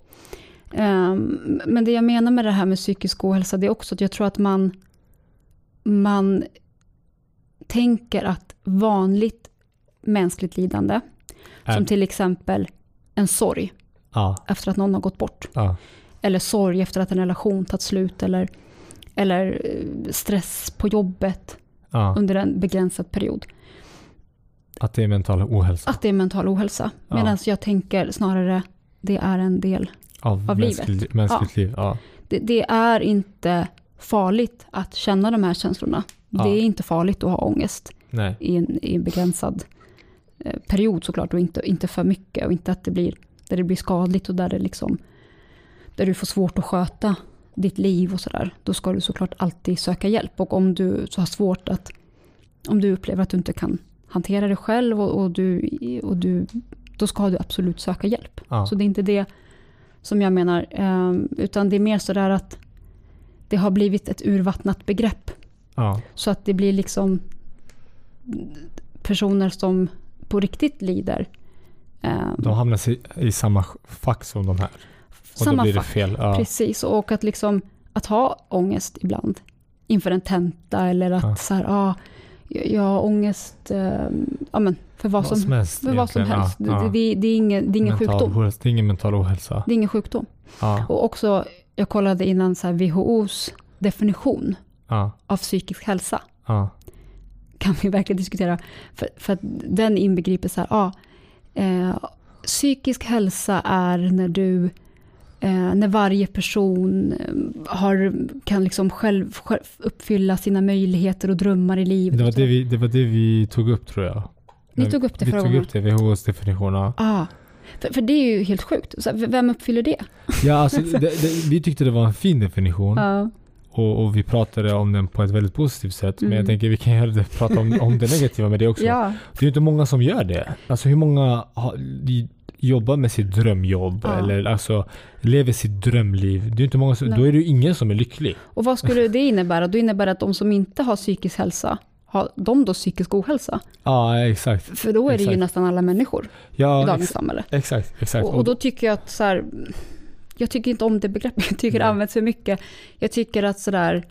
Um, men det jag menar med det här med psykisk ohälsa, det är också att jag tror att man man tänker att vanligt mänskligt lidande, Är- som till exempel en sorg Ja, efter att någon har gått bort, ja, eller sorg efter att en relation tagit slut, eller, eller eh, stress på jobbet ja. under en begränsad period, Att det är mental ohälsa. att det är mental ohälsa. Ja. Medan jag tänker snarare, det är en del. Av, av mänsklig, livet. mänskligt liv. Ja. Det, det är inte farligt att känna de här känslorna. Ja. Det är inte farligt att ha ångest Nej. i en, i en begränsad eh, period såklart, och inte, inte för mycket, och inte att det blir, där det blir skadligt och där det liksom, där du får svårt att sköta ditt liv och sådär. Då ska du såklart alltid söka hjälp, och om du så har svårt att, om du upplever att du inte kan hantera det själv och, och, du, och du, då ska du absolut söka hjälp. Ja. Så det är inte det som jag menar, eh, utan det är mer så där att det har blivit ett urvattnat begrepp. Ja. Så att det blir liksom personer som på riktigt lider. Eh, De hamnar i, i samma fack som de här. Och samma då blir det fack. fel. Ja. Precis, och att liksom att ha ångest ibland inför en tenta, eller att Ja. så här, ah, jag jag har ångest eh, ja, men för vad som, helst. för vad som egentligen. helst. Ja, Det, ja. det, det är ingen, det är ingen Mental sjukdom. ohälsa. Det är ingen mental ohälsa. Det är ingen sjukdom. Ja. Och också, jag kollade innan så här W H O:s definition Ja. av psykisk hälsa. Ja. Kan vi verkligen diskutera. För, för att den inbegriper så här, ja, eh, psykisk hälsa är när du, eh, när varje person eh, har, kan liksom själv, själv uppfylla sina möjligheter och drömmar i livet. Det var det, vi, det var det vi tog upp, tror jag. Ni Men tog upp det vi förra tog gången. upp det, W H O:s definition. Ja, Ah, för, för det är ju helt sjukt. Så här, vem uppfyller det? ja alltså, det, det, vi tyckte det var en fin definition. Ja. Och, och vi pratade om den på ett väldigt positivt sätt. Men Mm. jag tänker vi kan göra det, prata om, om det negativa med det också. Ja. Det är ju inte många som gör det. Alltså hur många har, de jobbar med sitt drömjobb Ja. eller alltså lever sitt drömliv. Det är ju inte många som, Nej. då är det ju ingen som är lycklig. Och vad skulle det innebära? Då innebär det att de som inte har psykisk hälsa, har de då psykisk ohälsa? Ja, exakt. För då är det ju Exakt. nästan alla människor Ja, i dagens ex- samhälle. exakt, exakt. Och, och då tycker jag att så här, jag tycker inte om det begreppet, jag tycker det Nej. används för mycket. Jag tycker att sådär,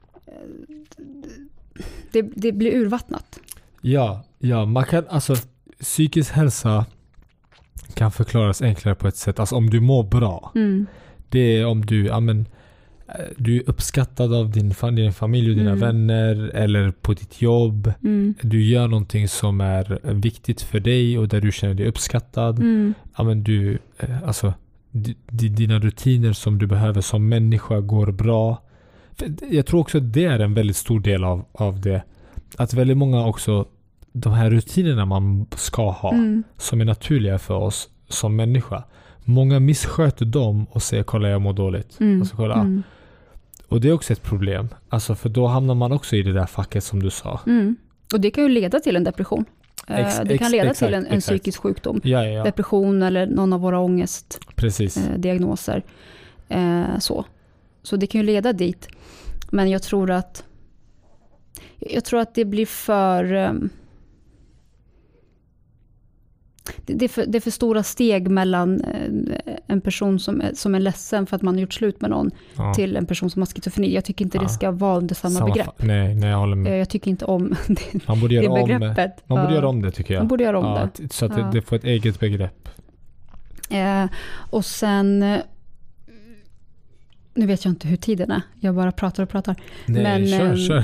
det, det blir urvattnat. Ja, ja, man kan alltså psykisk hälsa kan förklaras enklare på ett sätt. Alltså om du mår bra. Mm. Det är om du, ja men, eh, du är uppskattad av din, fa- din familj och dina Mm. vänner eller på ditt jobb. Mm. Du gör någonting som är viktigt för dig och där du känner dig uppskattad. Mm. Ja men du, eh, alltså di, di, dina rutiner som du behöver som människa går bra. För jag tror också att det är en väldigt stor del av, av det. Att väldigt många också, de här rutinerna man ska ha Mm. som är naturliga för oss som människa. många missköter dem och säger kolla jag mår dåligt. Mm. Alltså, kolla. Mm. Och det är också ett problem. Alltså för då hamnar man också i det där facket som du sa. Mm. Och det kan ju leda till en depression. Ex, det kan ex, leda exakt, till en, en psykisk sjukdom. Ja, ja, ja. Depression eller någon av våra ångestdiagnoser. Precis. Eh, så. så det kan ju leda dit. Men jag tror att jag tror att det blir för um, det, det, är för det är för stora steg mellan uh, en person som är, som är ledsen för att man har gjort slut med någon Ja. till en person som har schizofreni. Jag tycker inte Ja. det ska vara under samma, Samma begrepp. fa- nej, nej, jag håller med. Eh, Jag tycker inte om det, Man borde göra det om begreppet. Man borde Ja. göra om det tycker jag. Man borde göra om ja, det. t- Så att Ja. det, det får ett eget begrepp. Eh, och sen eh, nu vet jag inte hur tiden är. Jag bara pratar och pratar. Nej, Men, kör, ehm, kör.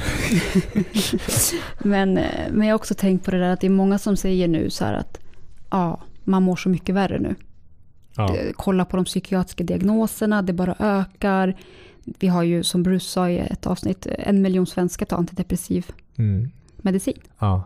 men, eh, men jag har också tänkt på det där att det är många som säger nu så här att ja, man mår så mycket värre nu. Ja. Eh, Kolla på de psykiatriska diagnoserna, det bara ökar. Vi har ju, som Bruce sa i ett avsnitt, en miljon svenskar tar antidepressiv Mm. medicin. Ja.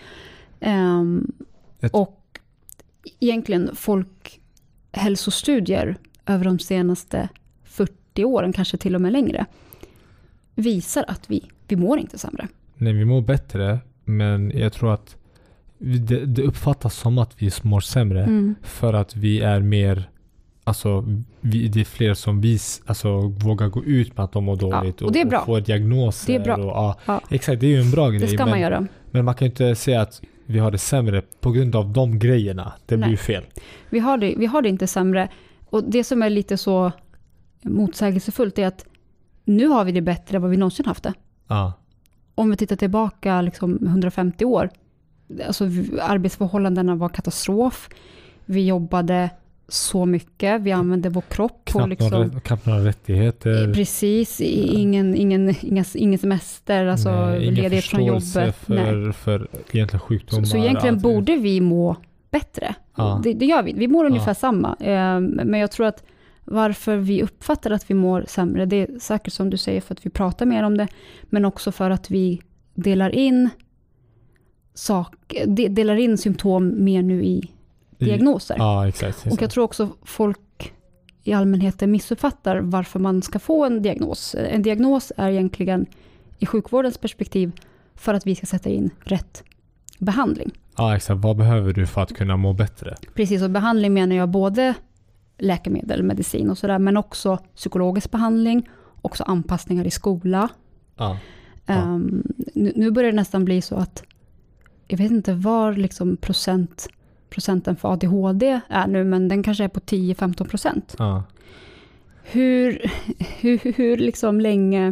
Ehm, Ett- och egentligen folkhälsostudier över de senaste fyrtio åren, kanske till och med längre, visar att vi, vi mår inte sämre. Nej, vi mår bättre, men jag tror att vi- det, det uppfattas som att vi mår sämre Mm. för att vi är mer, alltså vi, det är fler som vis, alltså vågar gå ut med att de mår dåligt och det är bra. och få diagnoser. Det är bra. Och, ja, Ja. Exakt, det är ju en bra grej. Det ska men, man göra. men man kan ju inte säga att vi har det sämre på grund av de grejerna. Det blir Nej. ju fel. Vi har, det, vi har det inte sämre. Och det som är lite så motsägelsefullt är att nu har vi det bättre än vad vi någonsin haft det. Ja. Om vi tittar tillbaka liksom hundrafemtio år, alltså vi- arbetsförhållandena var katastrof. Vi jobbade så mycket, vi använde vår kropp på Knappt, liksom, några, knappt några rättigheter. precis, i- ingen, ingen, inga, ingen semester, alltså Nej, ingen ledighet från förståelse jobbet. Nej. För, för egentligen sjukdomar. Så, så egentligen allting. borde vi må bättre. Ja. Det, det gör vi. Vi mår ungefär Ja. samma. Eh, men jag tror att varför vi uppfattar att vi mår sämre, det är säkert som du säger för att vi pratar mer om det, men också för att vi delar in sak, de, delar in symptom mer nu i diagnoser. Ja, exakt. exakt. Och jag tror också folk i allmänheten missuppfattar varför man ska få en diagnos. En diagnos är egentligen i sjukvårdens perspektiv för att vi ska sätta in rätt behandling. Ja, exakt. Vad behöver du för att kunna må bättre? Precis, och behandling menar jag både läkemedel, medicin och sådär, men också psykologisk behandling, också anpassningar i skola. Ja. Ja. Um, nu, nu börjar det nästan bli så att jag vet inte var liksom procent, procenten för A D H D är nu, men den kanske är på tio till femton procent. Ja. Hur, hur, hur liksom länge,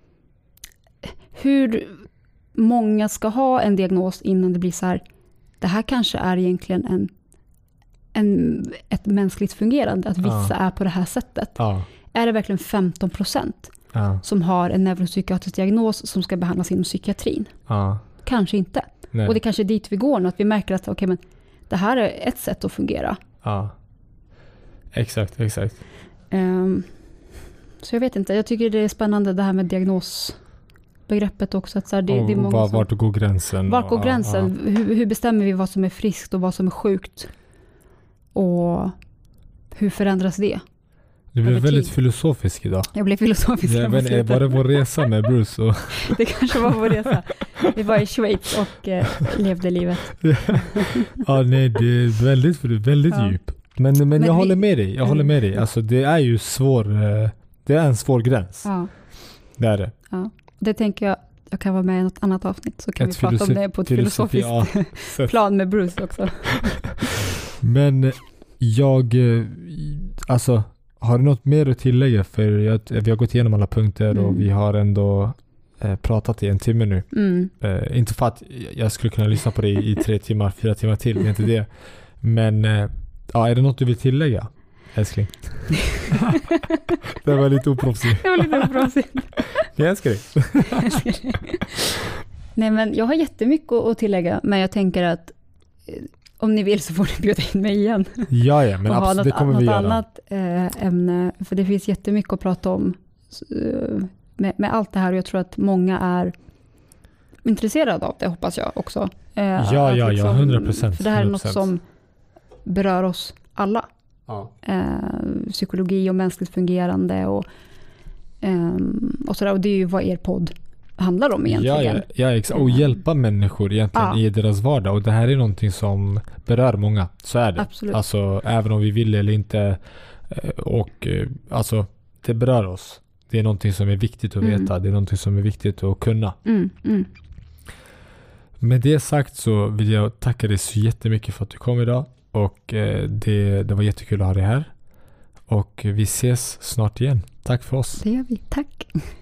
hur många ska ha en diagnos innan det blir så här, det här kanske är egentligen en, en, ett mänskligt fungerande, att vissa Ja. är på det här sättet. Ja. Är det verkligen femton procent Ja. som har en neuropsykiatrisk diagnos som ska behandlas inom psykiatrin? Ja. Kanske inte. Nej. Och det är kanske är dit vi går nu, att vi märker att okay, men det här är ett sätt att fungera. Ja. Exakt, exakt. Um, så jag vet inte, jag tycker det är spännande det här med diagnosbegreppet också. Att så här, det, Och det är många var, som, vart går gränsen? vart går Och- gränsen? Ja, Hur, hur bestämmer vi vad som är friskt och vad som är sjukt? Och hur förändras det? ja. Du blev över väldigt tid. filosofisk idag. Jag blev filosofisk. Jag när vet, man inte, var det slutade. vår resa med Bruce? Och Det kanske var vår resa. Vi var i Schweiz och eh, levde livet. ja, nej, det är väldigt, väldigt Ja. djup. Men, men, Men jag vi- håller med dig. Jag Mm. håller med dig. Alltså, det är ju svår. eh, Det är en svår gräns. Ja, Det är det. det tänker jag. Jag kan vara med i något annat avsnitt så kan Ett vi prata om filosofi- det på ett filosofi, filosofiskt ja. Så- plan med Bruce också. Men jag, eh, alltså, har du något mer att tillägga? För jag, vi har gått igenom alla punkter och Mm. vi har ändå eh, pratat i en timme nu. Mm. Eh, inte för att jag skulle kunna lyssna på det i, i tre timmar, fyra timmar till, det är inte det. Men eh, ja, är det något du vill tillägga, älskling? Det var lite oproffsigt. Det var lite oproffsigt. Jag älskar dig. Nej, men jag har jättemycket att tillägga, men jag tänker att eh, om ni vill så får ni bjuda in mig igen. Ja, ja, men och ha absolut, något, det kommer något vi göra. annat eh, ämne, för det finns jättemycket att prata om eh, med, med allt det här, och jag tror att många är intresserade av det, hoppas jag också. Eh, Ja, att ja, ja, hundra procent. För det här är hundra något procent. som berör oss alla. Ja. Eh, psykologi och mänskligt fungerande och, eh, och sådär. Och det är ju vad er podd handlar om egentligen. Ja, ja, ja exakt. Och hjälpa människor egentligen ja. i deras vardag. Och det här är någonting som berör många. Så är det. Absolut. Alltså, även om vi vill eller inte. Och alltså, det berör oss. Det är någonting som är viktigt att veta. Mm. Det är någonting som är viktigt att kunna. Mm, mm. Med det sagt så vill jag tacka dig så jättemycket för att du kom idag. Och eh, det, det var jättekul att ha dig här. Och vi ses snart igen. Tack för oss. Det gör vi. Tack.